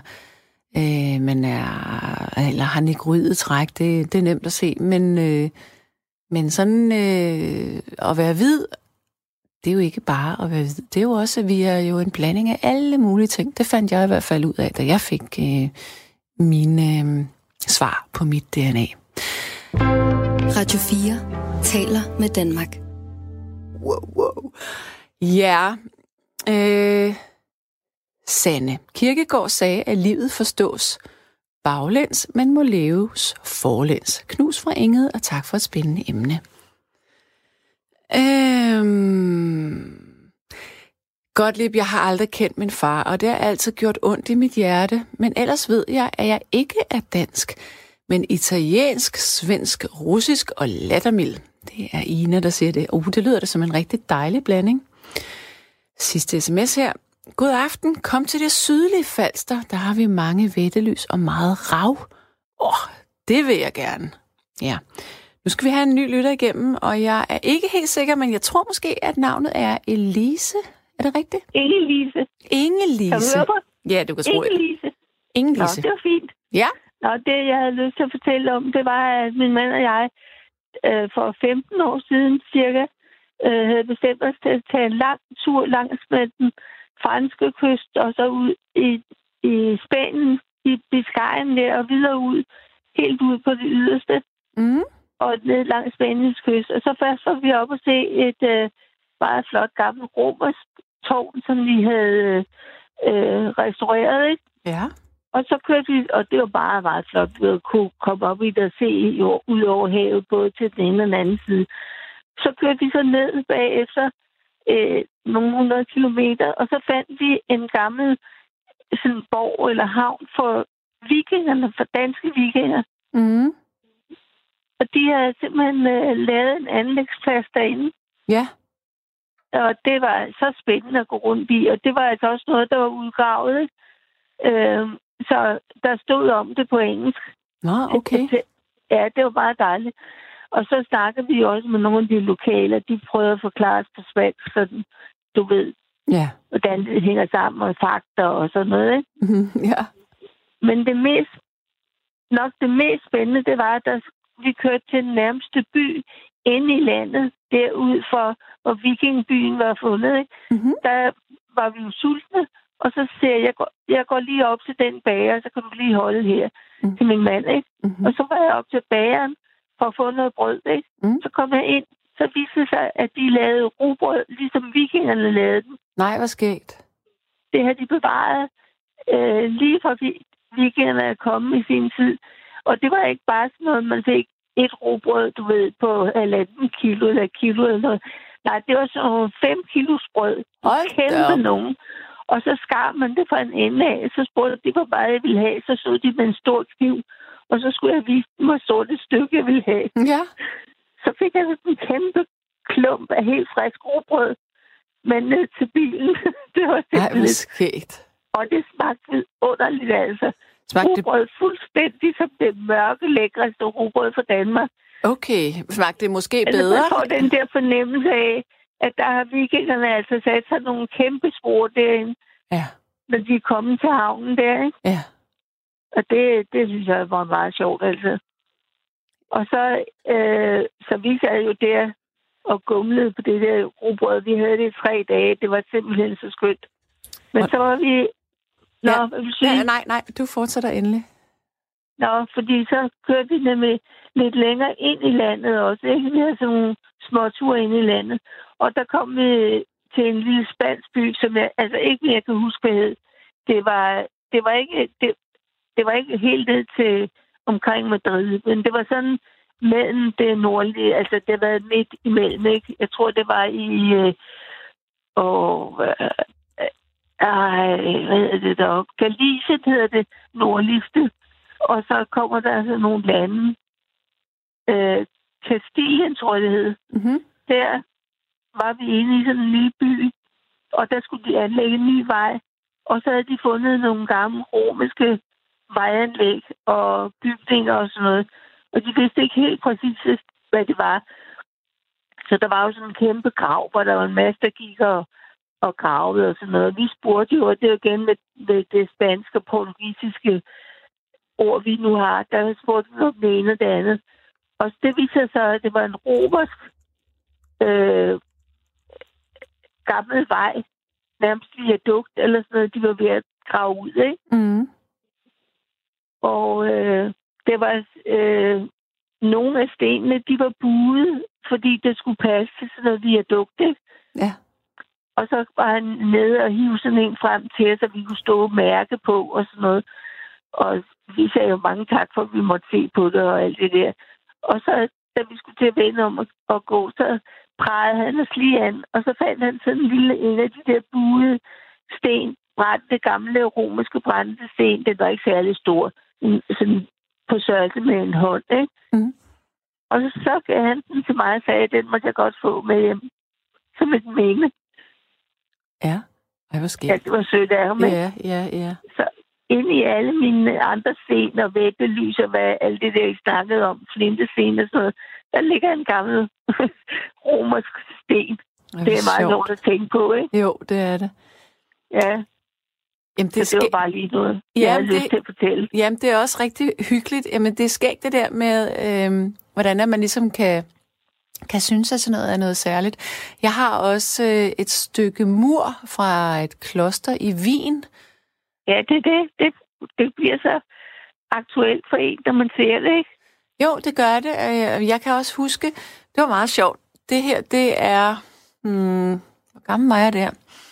eller har negroidet træk, det er nemt at se, men sådan at være hvid, det er jo ikke bare at være hvid. Det er jo også, at vi er jo en blanding af alle mulige ting. Det fandt jeg i hvert fald ud af, da jeg fik mine svar på mit DNA. Radio 4 taler med Danmark. Wow. Ja. Sanne Kierkegaard sagde, at livet forstås baglæns, men må leves forlæns. Knus fra Inget, og tak for et spændende emne. Gottlieb, jeg har aldrig kendt min far, og det har altid gjort ondt i mit hjerte. Men ellers ved jeg, at jeg ikke er dansk, men italiensk, svensk, russisk og lattermild. Det er Ina, der siger det. Det lyder da som en rigtig dejlig blanding. Sidste sms her. God aften. Kom til det sydlige Falster. Der har vi mange vettelys og meget rav. Det vil jeg gerne. Ja. Nu skal vi have en ny lytter igennem, og jeg er ikke helt sikker, men jeg tror måske, at navnet er Elise. Er det rigtigt? Inge-Lise. Inge-Lise. Kan du høre mig? Ja, du kan tro det. Inge-Lise. Inge-Lise. Nå, det var fint. Ja. Nå, det jeg havde lyst til at fortælle om, det var, at min mand og jeg for 15 år siden cirka havde bestemt os til at tage en lang tur langs med den franske kyst, og så ud i Spanien, i Biscayen der, og videre ud, helt ud på det yderste. Mm. Og ned langs Spaniens kyst. Og så først var vi oppe og se et meget flot gammelt romersk tårn, som vi havde restaureret, ikke? Ja. Og så kørte vi, og det var bare meget flot, at kunne komme op i det og se ud over havet, både til den ene og den anden side. Så kørte vi så ned bagefter nogle 100 kilometer, og så fandt vi en gammel sådan borg eller havn for vikingerne, for danske vikinger. Mm. Og de havde simpelthen lavet en anlægsplads derinde. Ja. Og det var så spændende at gå rundt i, og det var altså også noget, der var udgravet, ikke? Så der stod om det på engelsk. Nå, okay. Ja, det var meget dejligt. Og så snakkede vi også med nogle af de lokale, de prøvede at forklare os på svensk, sådan, du ved, ja, hvordan det hænger sammen, og fakta og sådan noget, ikke? Ja. Men det mest spændende, det var, at vi kørte til den nærmeste by inde i landet, derud for, hvor vikingbyen var fundet, ikke? Mm-hmm. Der var vi jo sultne, og så siger jeg går lige op til den bager, så kan du lige holde her til min mand, ikke? Mm-hmm. Og så var jeg op til bageren for at få noget brød, ikke? Så kom jeg ind, så viste det sig, at de lavede rugbrød, ligesom vikingerne lavede dem. Nej, hvor skægt. Det har de bevaret lige fra vikingerne er kommet i sin tid. Og det var ikke bare sådan noget, man fik et rugbrød, du ved, på 1,5 kilo eller kilo eller noget. Nej, det var sådan 5 kilos brød. Kæmpe nogen. Og så skar man det fra en ende af, så spurgte de, hvor meget jeg ville have. Så så de med en stor kniv, og så skulle jeg vise dem, hvor stort et stykke jeg ville have. Ja. Så fik jeg en kæmpe klump af helt frisk rugbrød, men ned til bilen. Det var simpelthen skægt. Og det smagte underligt, altså. Rugbrød fuldstændig som det mørke, lækreste rugbrød fra Danmark. Okay, smagte det måske bedre? Man får den der fornemmelse af, at der har vikingerne altså sat sig nogle kæmpe spor derinde, når de er kommet til havnen der, ikke? Ja. Og det synes jeg var meget sjovt, altså. Og så vi sad jo der og gumlede på det der rugbrød. Vi havde det i 3 dage. Det var simpelthen så skønt. Men så var vi... Nej, du fortsætter endelig. Nå, fordi så kørte vi nemlig lidt længere ind i landet også, ikke? Vi havde sådan nogle små ture ind i landet. Og der kom vi til en lille spansk by, som jeg altså ikke mere kan huske, hvad hed. Det var ikke helt ned til omkring Madrid, men det var sådan mellem det nordlige, altså det var midt imellem, ikke? Jeg tror, det var i... hvad hedder det deroppe? Galicien hedder det nordligste. Og så kommer der altså nogle lande. Kastilien, tror jeg, det hed. Mm-hmm. Der var vi inde i sådan en lille by, og der skulle de anlægge en ny vej. Og så havde de fundet nogle gamle romerske vejanlæg og bygninger og sådan noget. Og de vidste ikke helt præcis, hvad det var. Så der var jo sådan en kæmpe grav, hvor der var en masse, der gik og gravede og sådan noget. Vi spurgte jo, og det er jo igen med det spanske og portugisiske ord, vi nu har. Der spurgte vi om det ene og det andet. Og det viser sig, at det var en romersk gammel vej, nærmest viadukt eller sådan noget, de var ved at grave ud, ikke? Mm. Og det var nogle af stenene, de var buet, fordi det skulle passe til sådan noget viadukt, ikke? Ja. Og så var han nede og hive sådan en frem til os, så vi kunne stå og mærke på og sådan noget. Og vi sagde jo mange tak for, at vi måtte se på det og alt det der. Og så, da vi skulle til at vende om at gå, så prejede han os lige an, og så fandt han sådan en af de der buede sten, brændte gamle romerske brændte sten. Den var ikke særlig stor, sådan på størrelse med en hånd, ikke? Mm. Og så gav han den til mig og sagde, at den måtte jeg godt få med hjem som et minde. Ja, hvor skægt. Ja, det var sødt af ham. Ja. Så ind i alle mine andre sten og væggelys og hvad alt det der, I snakkede om, flintesten og sådan noget, der ligger en gammel romersk sten. Det er meget sjovt at tænke på, ikke? Jo, det er det. Ja. Jamen, det var bare lige noget, jeg havde lyst til at fortælle. Jamen, det er også rigtig hyggeligt. Jamen, det er skægt det der med, hvordan man ligesom kan synes, at sådan noget er noget særligt. Jeg har også et stykke mur fra et kloster i Wien. Ja, det bliver så aktuelt for en, når man ser det, ikke? Jo, det gør det. Jeg kan også huske, det var meget sjovt. Det her, det er... hvor gammel var jeg der?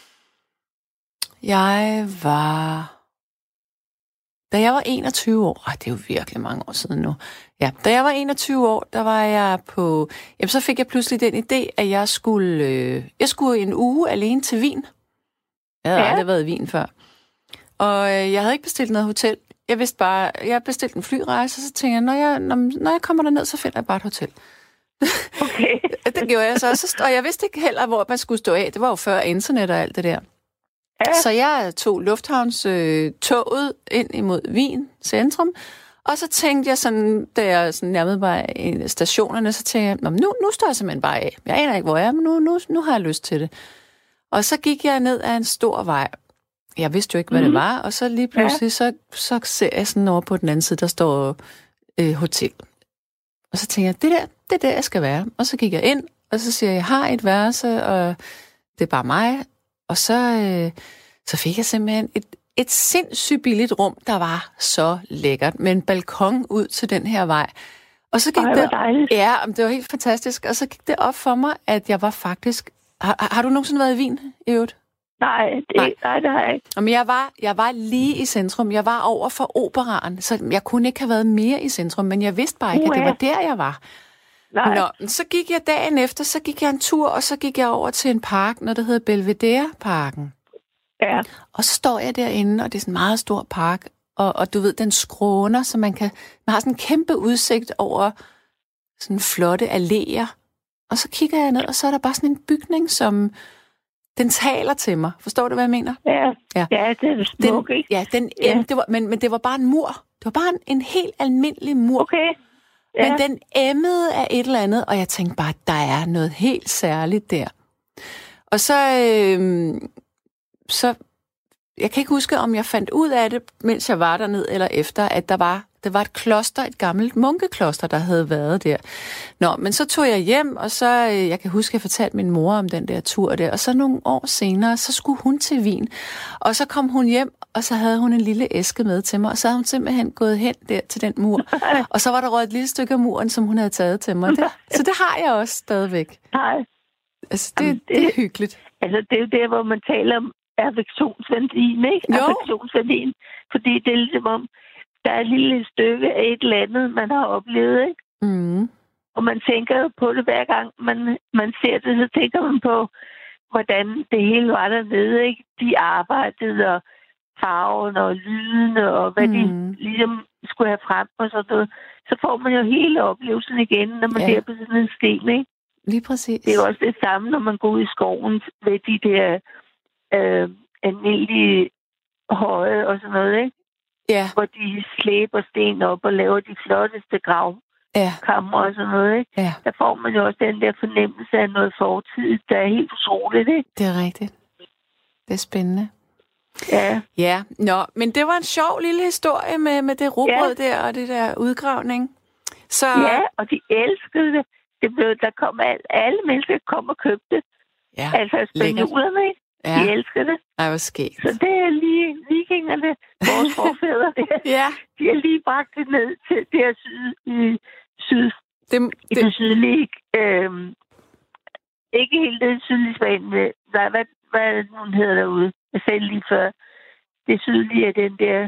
Da jeg var 21 år, det er jo virkelig mange år siden nu. Ja, da jeg var 21 år, der var jeg på... Jamen, så fik jeg pludselig den idé, at jeg skulle en uge alene til Wien. Jeg havde aldrig været i Wien før. Og jeg havde ikke bestilt noget hotel. Jeg vidste bare, jeg bestilte en flyrejse, og så tænkte jeg, når jeg kommer derned, så finder jeg bare et hotel. Okay. Det gjorde jeg så. Og jeg vidste ikke heller, hvor man skulle stå af. Det var jo før internet og alt det der. Ja. Så jeg tog lufthavnstoget ind imod Wien centrum, og så tænkte jeg sådan, da jeg sådan nærmede mig i stationerne, så tænkte jeg, nu står jeg simpelthen bare af. Jeg aner ikke, hvor jeg er, men nu har jeg lyst til det. Og så gik jeg ned ad en stor vej. Jeg vidste jo ikke, hvad det var, og så lige pludselig, så ser jeg sådan over på den anden side, der står hotel. Og så tænkte jeg, det er der, jeg skal være. Og så gik jeg ind, og så siger jeg har et værelse, og det er bare mig. Og så fik jeg simpelthen et sindssygt billigt rum, der var så lækkert, med en balkon ud til den her vej. Og så gik det var helt fantastisk. Og så gik det op for mig, at jeg var faktisk... Har du nogensinde været i Wien i øvrigt? Nej, det har jeg ikke. Men jeg var lige i centrum. Jeg var over for operaen, så jeg kunne ikke have været mere i centrum, men jeg vidste bare ikke, at det var der, jeg var. Nej. Nå, så gik jeg dagen efter, så gik jeg en tur, og så gik jeg over til en park, når det hedder Belvedere-parken. Ja. Og så står jeg derinde, og det er sådan en meget stor park, og du ved, den skråner, så man har sådan en kæmpe udsigt over sådan flotte alléer. Og så kigger jeg ned, og så er der bare sådan en bygning, som den taler til mig. Forstår du, hvad jeg mener? Ja, det er smukt, ikke? Ja, men det var bare en mur. Det var bare en helt almindelig mur. Okay. Ja. Men den emmede af et eller andet, og jeg tænkte bare, der er noget helt særligt der. Og så jeg kan ikke huske, om jeg fandt ud af det, mens jeg var dernede, eller efter, at det var et kloster, et gammelt munkekloster, der havde været der. Nå, men så tog jeg hjem, og så, jeg kan huske, at jeg fortalte min mor om den der tur der, og så nogle år senere, så skulle hun til Wien, og så kom hun hjem, og så havde hun en lille æske med til mig, og så havde hun simpelthen gået hen der til den mur, og så var der røget et lille stykke af muren, som hun havde taget til mig. Så det har jeg også stadigvæk. Nej. Altså, det er hyggeligt. Altså, det er jo der, hvor man taler om affektionsværdien, ikke? Jo. Affektionsværdien, fordi det er ligesom om, der er et lille stykke af et eller andet, man har oplevet, ikke? Mm. Og man tænker jo på det hver gang, man ser det, så tænker man på, hvordan det hele var dernede, ikke? De arbejdede, og farven og lyden, og hvad de ligesom skulle have frem og sådan noget. Så får man jo hele oplevelsen igen, når man ser på sådan en sten, ikke? Lige præcis. Det er jo også det samme, når man går ud i skoven ved de der almindelige høje og sådan noget, ikke? Ja. Hvor de slæber sten op og laver de flotteste gravkammer og sådan noget, ikke? Ja. Der får man jo også den der fornemmelse af noget fortid, der er helt utroligt, ikke? Det er rigtigt. Det er spændende. Ja. Ja, men det var en sjov lille historie med det rugbrød der og det der udgravning. Så... Ja, og de elskede det. Der kom alle mennesker kom og købte. Ja, altså spanjolerne, ikke? Ja. De elsker det. Ej, hvor skægt. Så det er lige vikingerne, vores forfædre der. Ja. De har lige bragt det ned til det her i det sydlige, ikke helt det sydlige Spanien. Hvad hun hedder derude? Jeg sagde lige før. Det sydlige er den der...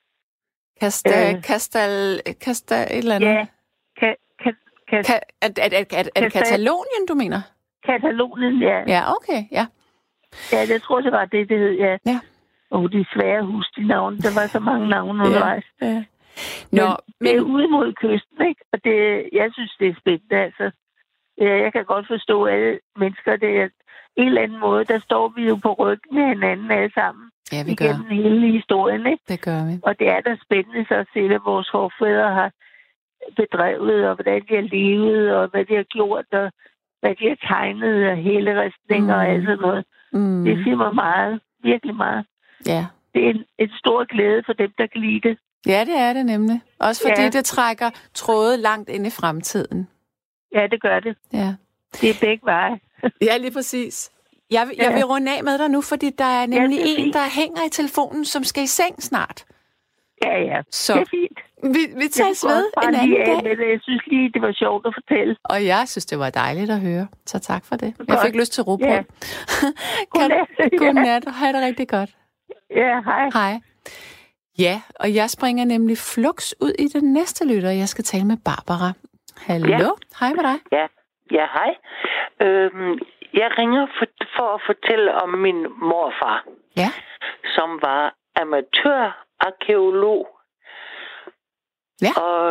Kastal et eller andet. Ja. Er det Katalonien, du mener? Katalonien, ja. Ja, okay, ja. Ja, jeg tror, det var det hed, ja. Ja. De svære hus, de navne. Der var så mange navne undervejs. Ja. Men det er ude mod kysten, ikke? Og jeg synes, det er spændende, altså. Jeg kan godt forstå, at alle mennesker, det er en eller anden måde, der står vi jo på ryggen med hinanden alle sammen. Ja, vi igennem gør. hele historien, ikke? Det gør vi. Og det er da spændende så at se, hvad vores forfædre har bedrevet, og hvordan de har levet, og hvad de har gjort, og hvad de har tegnet, og hele restninger og alt sådan noget. Det siger mig meget, virkelig meget. Ja. Det er en stor glæde for dem, der kan lide det. Ja, det er det nemlig. Også fordi det trækker tråde langt ind i fremtiden. Ja, det gør det. Ja. Det er begge veje. Ja, lige præcis. Jeg vil runde af med dig nu, fordi der er nemlig en, der hænger i telefonen, som skal i seng snart. Ja. Så det er fint. Vi tages ved en anden dag. Men jeg synes lige, det var sjovt at fortælle. Og jeg synes, det var dejligt at høre. Så tak for det. Jeg fik lyst til rugbrød. Ja. Godnat, og have det rigtig godt. Ja, hej. Hej. Ja, og jeg springer nemlig fluks ud i den næste lytter. Jeg skal tale med Barbara. Hallo? Ja. Hej med dig. Ja, hej. Jeg ringer for at fortælle om min morfar, som var amatørarkæolog. Ja. Og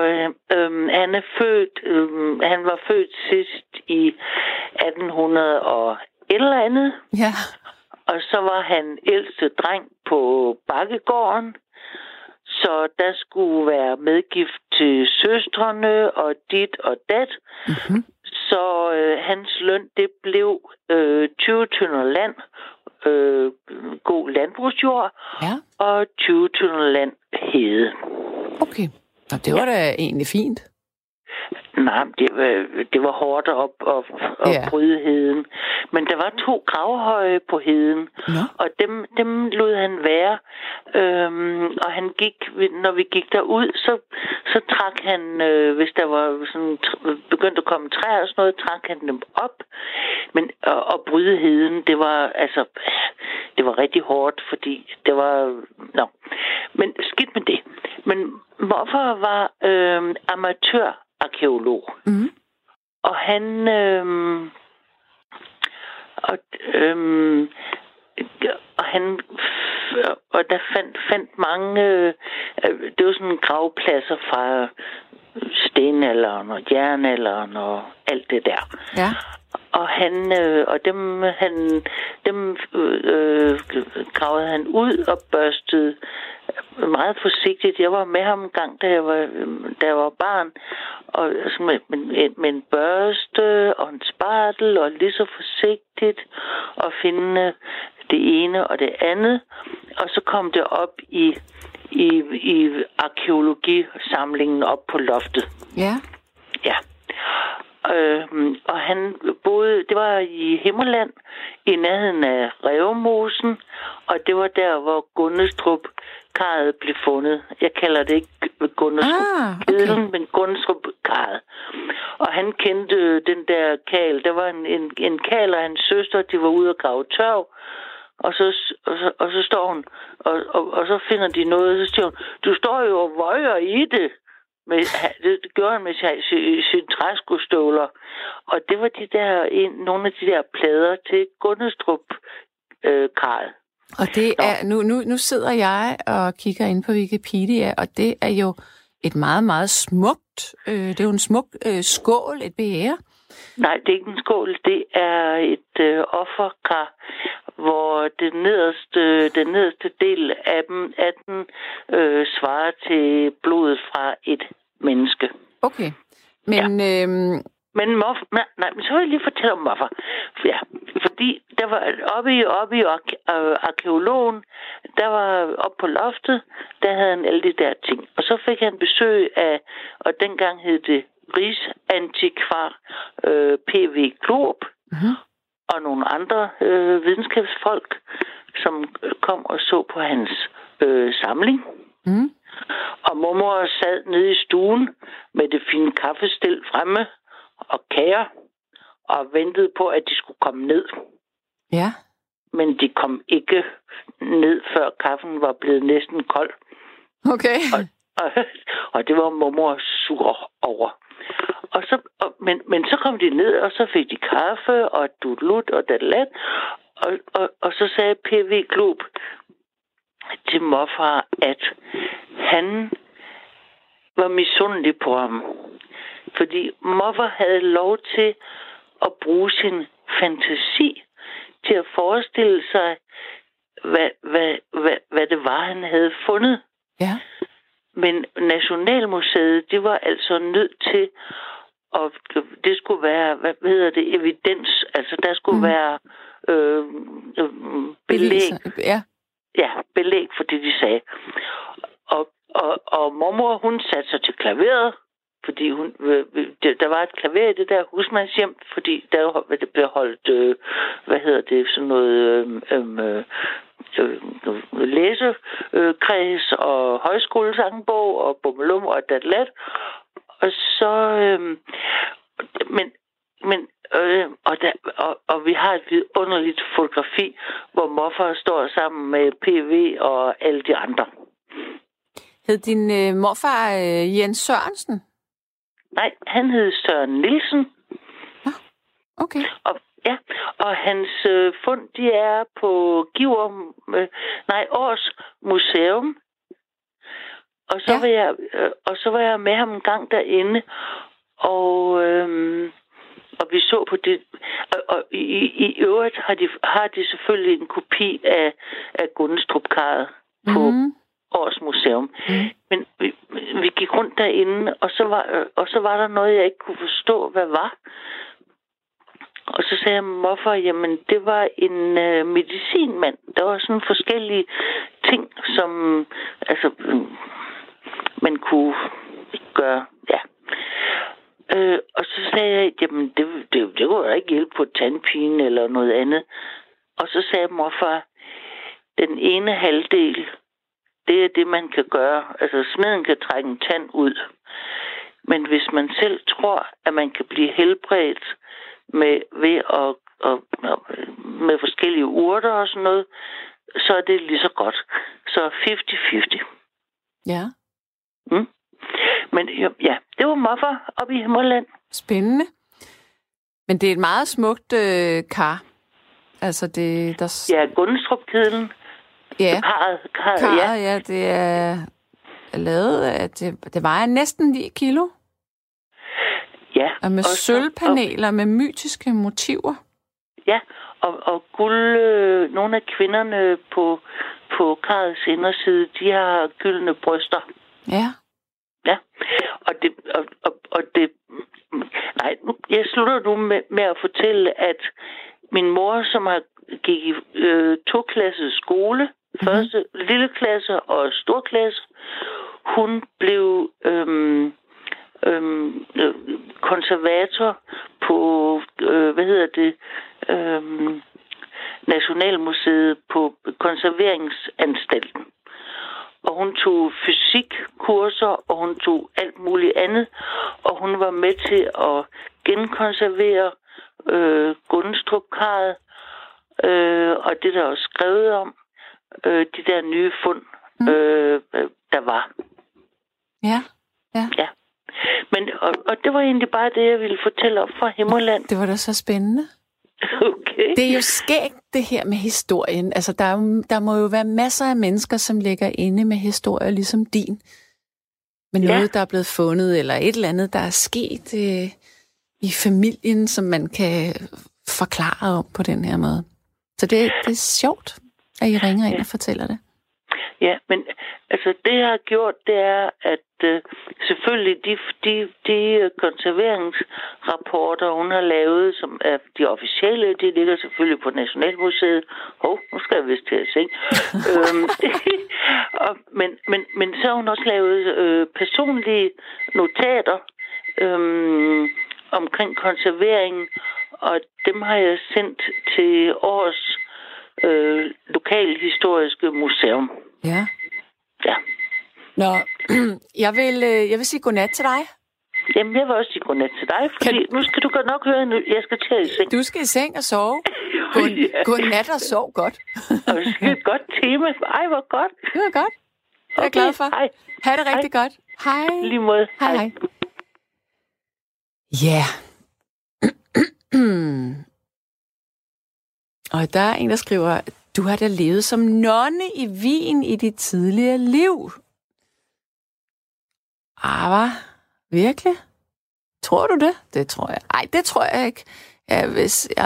han var født sidst i 1800 og et eller andet. Ja. Og så var han ældste dreng på Bakkegården. Så der skulle være medgift til søstrene og dit og dat. Mm-hmm. Så hans løn, det blev 20 tønder land, god landbrugsjord, og 20 tønder land hede. Okay. Nå, det var da egentlig fint. Nej, det var hårdt at bryde heden. Men der var 2 gravhøje på heden, og dem lod han være. Og han gik, når vi gik derud, så trak han, hvis der var sådan begyndt at komme træer og sådan noget, trak han dem op. Men at bryde heden, det var rigtig hårdt, fordi det var... Men skidt med det. Men hvorfor var amatørarkæolog? Mm. Og han... Og der fandt mange... det var sådan gravpladser fra stenalderen og jernalderen og alt det der. Ja. Og dem gravede han ud og børstede meget forsigtigt. Jeg var med ham en gang, da jeg var barn, og med en børste og en spartel, og lige så forsigtigt at finde det ene og det andet. Og så kom det op i arkæologisamlingen op på loftet. Ja. Ja. Og han boede, det var i Himmerland, i nærheden af Rævemosen, og det var der, hvor Gunnestrup-karret blev fundet. Jeg kalder det ikke Gunnestrup-kedlen, men Gunnestrup-karret. Og han kendte den der karl. Der var en karl og hans søster, de var ude at grave tørv, og så står hun, og så finder de noget, så siger hun, du står jo og vøjer i det. Det gjorde han med sine træskostøvler. Og det var nogle af de der plader til Gunnestrup-karret. Og det er, nu sidder jeg og kigger ind på Wikipedia, og det er jo et meget, meget smukt, det er jo en smuk skål, et bære. Nej, det er ikke en skål, det er et offerkar, hvor den nederste del af den svarer til blodet fra et menneske. Okay, men... Ja. Men så vil jeg lige fortælle om hvorfor. Ja, fordi der var oppe i arkæologen, der var oppe på loftet, der havde han alle de der ting. Og så fik han besøg af, og dengang hed det Rigsantikvar P.V. Glob, og nogle andre videnskabsfolk, som kom og så på hans samling. Mm. Og mormor sad nede i stuen med det fine kaffestel fremme og kager, og ventede på, at de skulle komme ned. Ja. Men de kom ikke ned, før kaffen var blevet næsten kold. Okay. Og det var mormor sur over. Men så kom de ned, og så fik de kaffe, og dudlut, og dalat. Og så sagde P.V. Glob til morfar, at han var misundelig på ham. Fordi morfar havde lov til at bruge sin fantasi til at forestille sig, hvad det var, han havde fundet. Ja. Men Nationalmuseet, det var altså nødt til, og det skulle være, hvad hedder det, evidens. Altså, der skulle være belæg. Ja. Ja, belæg for det, de sagde. Og mormor, hun satte sig til klaveret, fordi der var et klaver i det der husmandshjem, fordi der blev holdt, sådan noget læsekreds og højskolesangbog og bummelum og datlat. Og så, og vi har et vidunderligt fotografi, hvor morfar står sammen med PV og alle de andre. Hed din morfar Jens Sørensen? Nej, han hed Søren Nielsen. Ja, okay. Og hans fund, de er på Års Museum. Og så var jeg med ham en gang derinde, og vi så på det. Og i øvrigt har de selvfølgelig en kopi af Gundestrup-karret på Års Museum. Men vi gik rundt derinde, og så var der noget, jeg ikke kunne forstå, hvad var. Og så sagde jeg morfar, jamen det var en medicinmand. Der var sådan forskellige ting, som man kunne gøre. Ja. Og så sagde jeg, jamen det kunne da ikke hjælpe på tandpine eller noget andet. Og så sagde morfar, den ene halvdel, det er det, man kan gøre. Altså smeden kan trække en tand ud. Men hvis man selv tror, at man kan blive helbredt ved med forskellige urter og sådan noget, så er det lige så godt. Så 50-50. Ja. Men ja, det var morfar oppe i Himmerland. Spændende. Men det er et meget smukt kar. Altså det der. Ja, Gundestrup-kedlen. Ja. Karret, ja, det er lavet af det vejer næsten 9 kilo. Ja. Og med sølvpaneler med mytiske motiver. Ja, og guld. Nogle af kvinderne på karrets inderside, de har gyldne bryster. Ja. Ja, og det nej, jeg slutter nu med at fortælle, at min mor, som har gik i 2-klasses skole, første lille klasse og stor klasse, hun blev konservator på, Nationalmuseet på konserveringsanstalten. Og hun tog fysikkurser, og hun tog alt muligt andet. Og hun var med til at genkonservere Gundestrup-karret, og det der er skrevet om, de der nye fund, der var. Ja. Ja. Men, og det var egentlig bare det, jeg ville fortælle op fra Himmerland. Det var da så spændende. Okay. Det er jo skægt, det her med historien. Altså, der må jo være masser af mennesker, som ligger inde med historier ligesom din. Men noget, der er blevet fundet, eller et eller andet, der er sket i familien, som man kan forklare om på den her måde. Så det er sjovt, at I ringer ind og fortæller det. Ja, men altså det, jeg har gjort, det er, at selvfølgelig de konserveringsrapporter, hun har lavet, som er de officielle, de ligger selvfølgelig på Nationalmuseet. Nu skal jeg vist til at se. Men så har hun også lavet personlige notater omkring konserveringen, og dem har jeg sendt til Års Lokalhistoriske Museum. Ja. Ja. Nå, jeg vil sige godnat til dig. Jamen, jeg vil også sige godnat til dig, fordi nu skal du godt nok høre, nu jeg skal til i seng. Du skal i seng og sove. Godnat og sov godt. Og det er et godt tema. Ej, hvor godt. Det var godt. Det er jeg glad for. Hej. Ha' det rigtig godt. Hej. Lige måde. Hej. Ja. Og der er en, der skriver, du har da levet som nonne i Wien i dit tidligere liv. Hvad? Virkelig? Tror du det? Det tror jeg. Nej, det tror jeg ikke.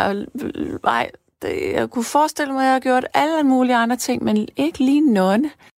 Jeg kunne forestille mig, at jeg har gjort alle mulige andre ting, men ikke lige nonne.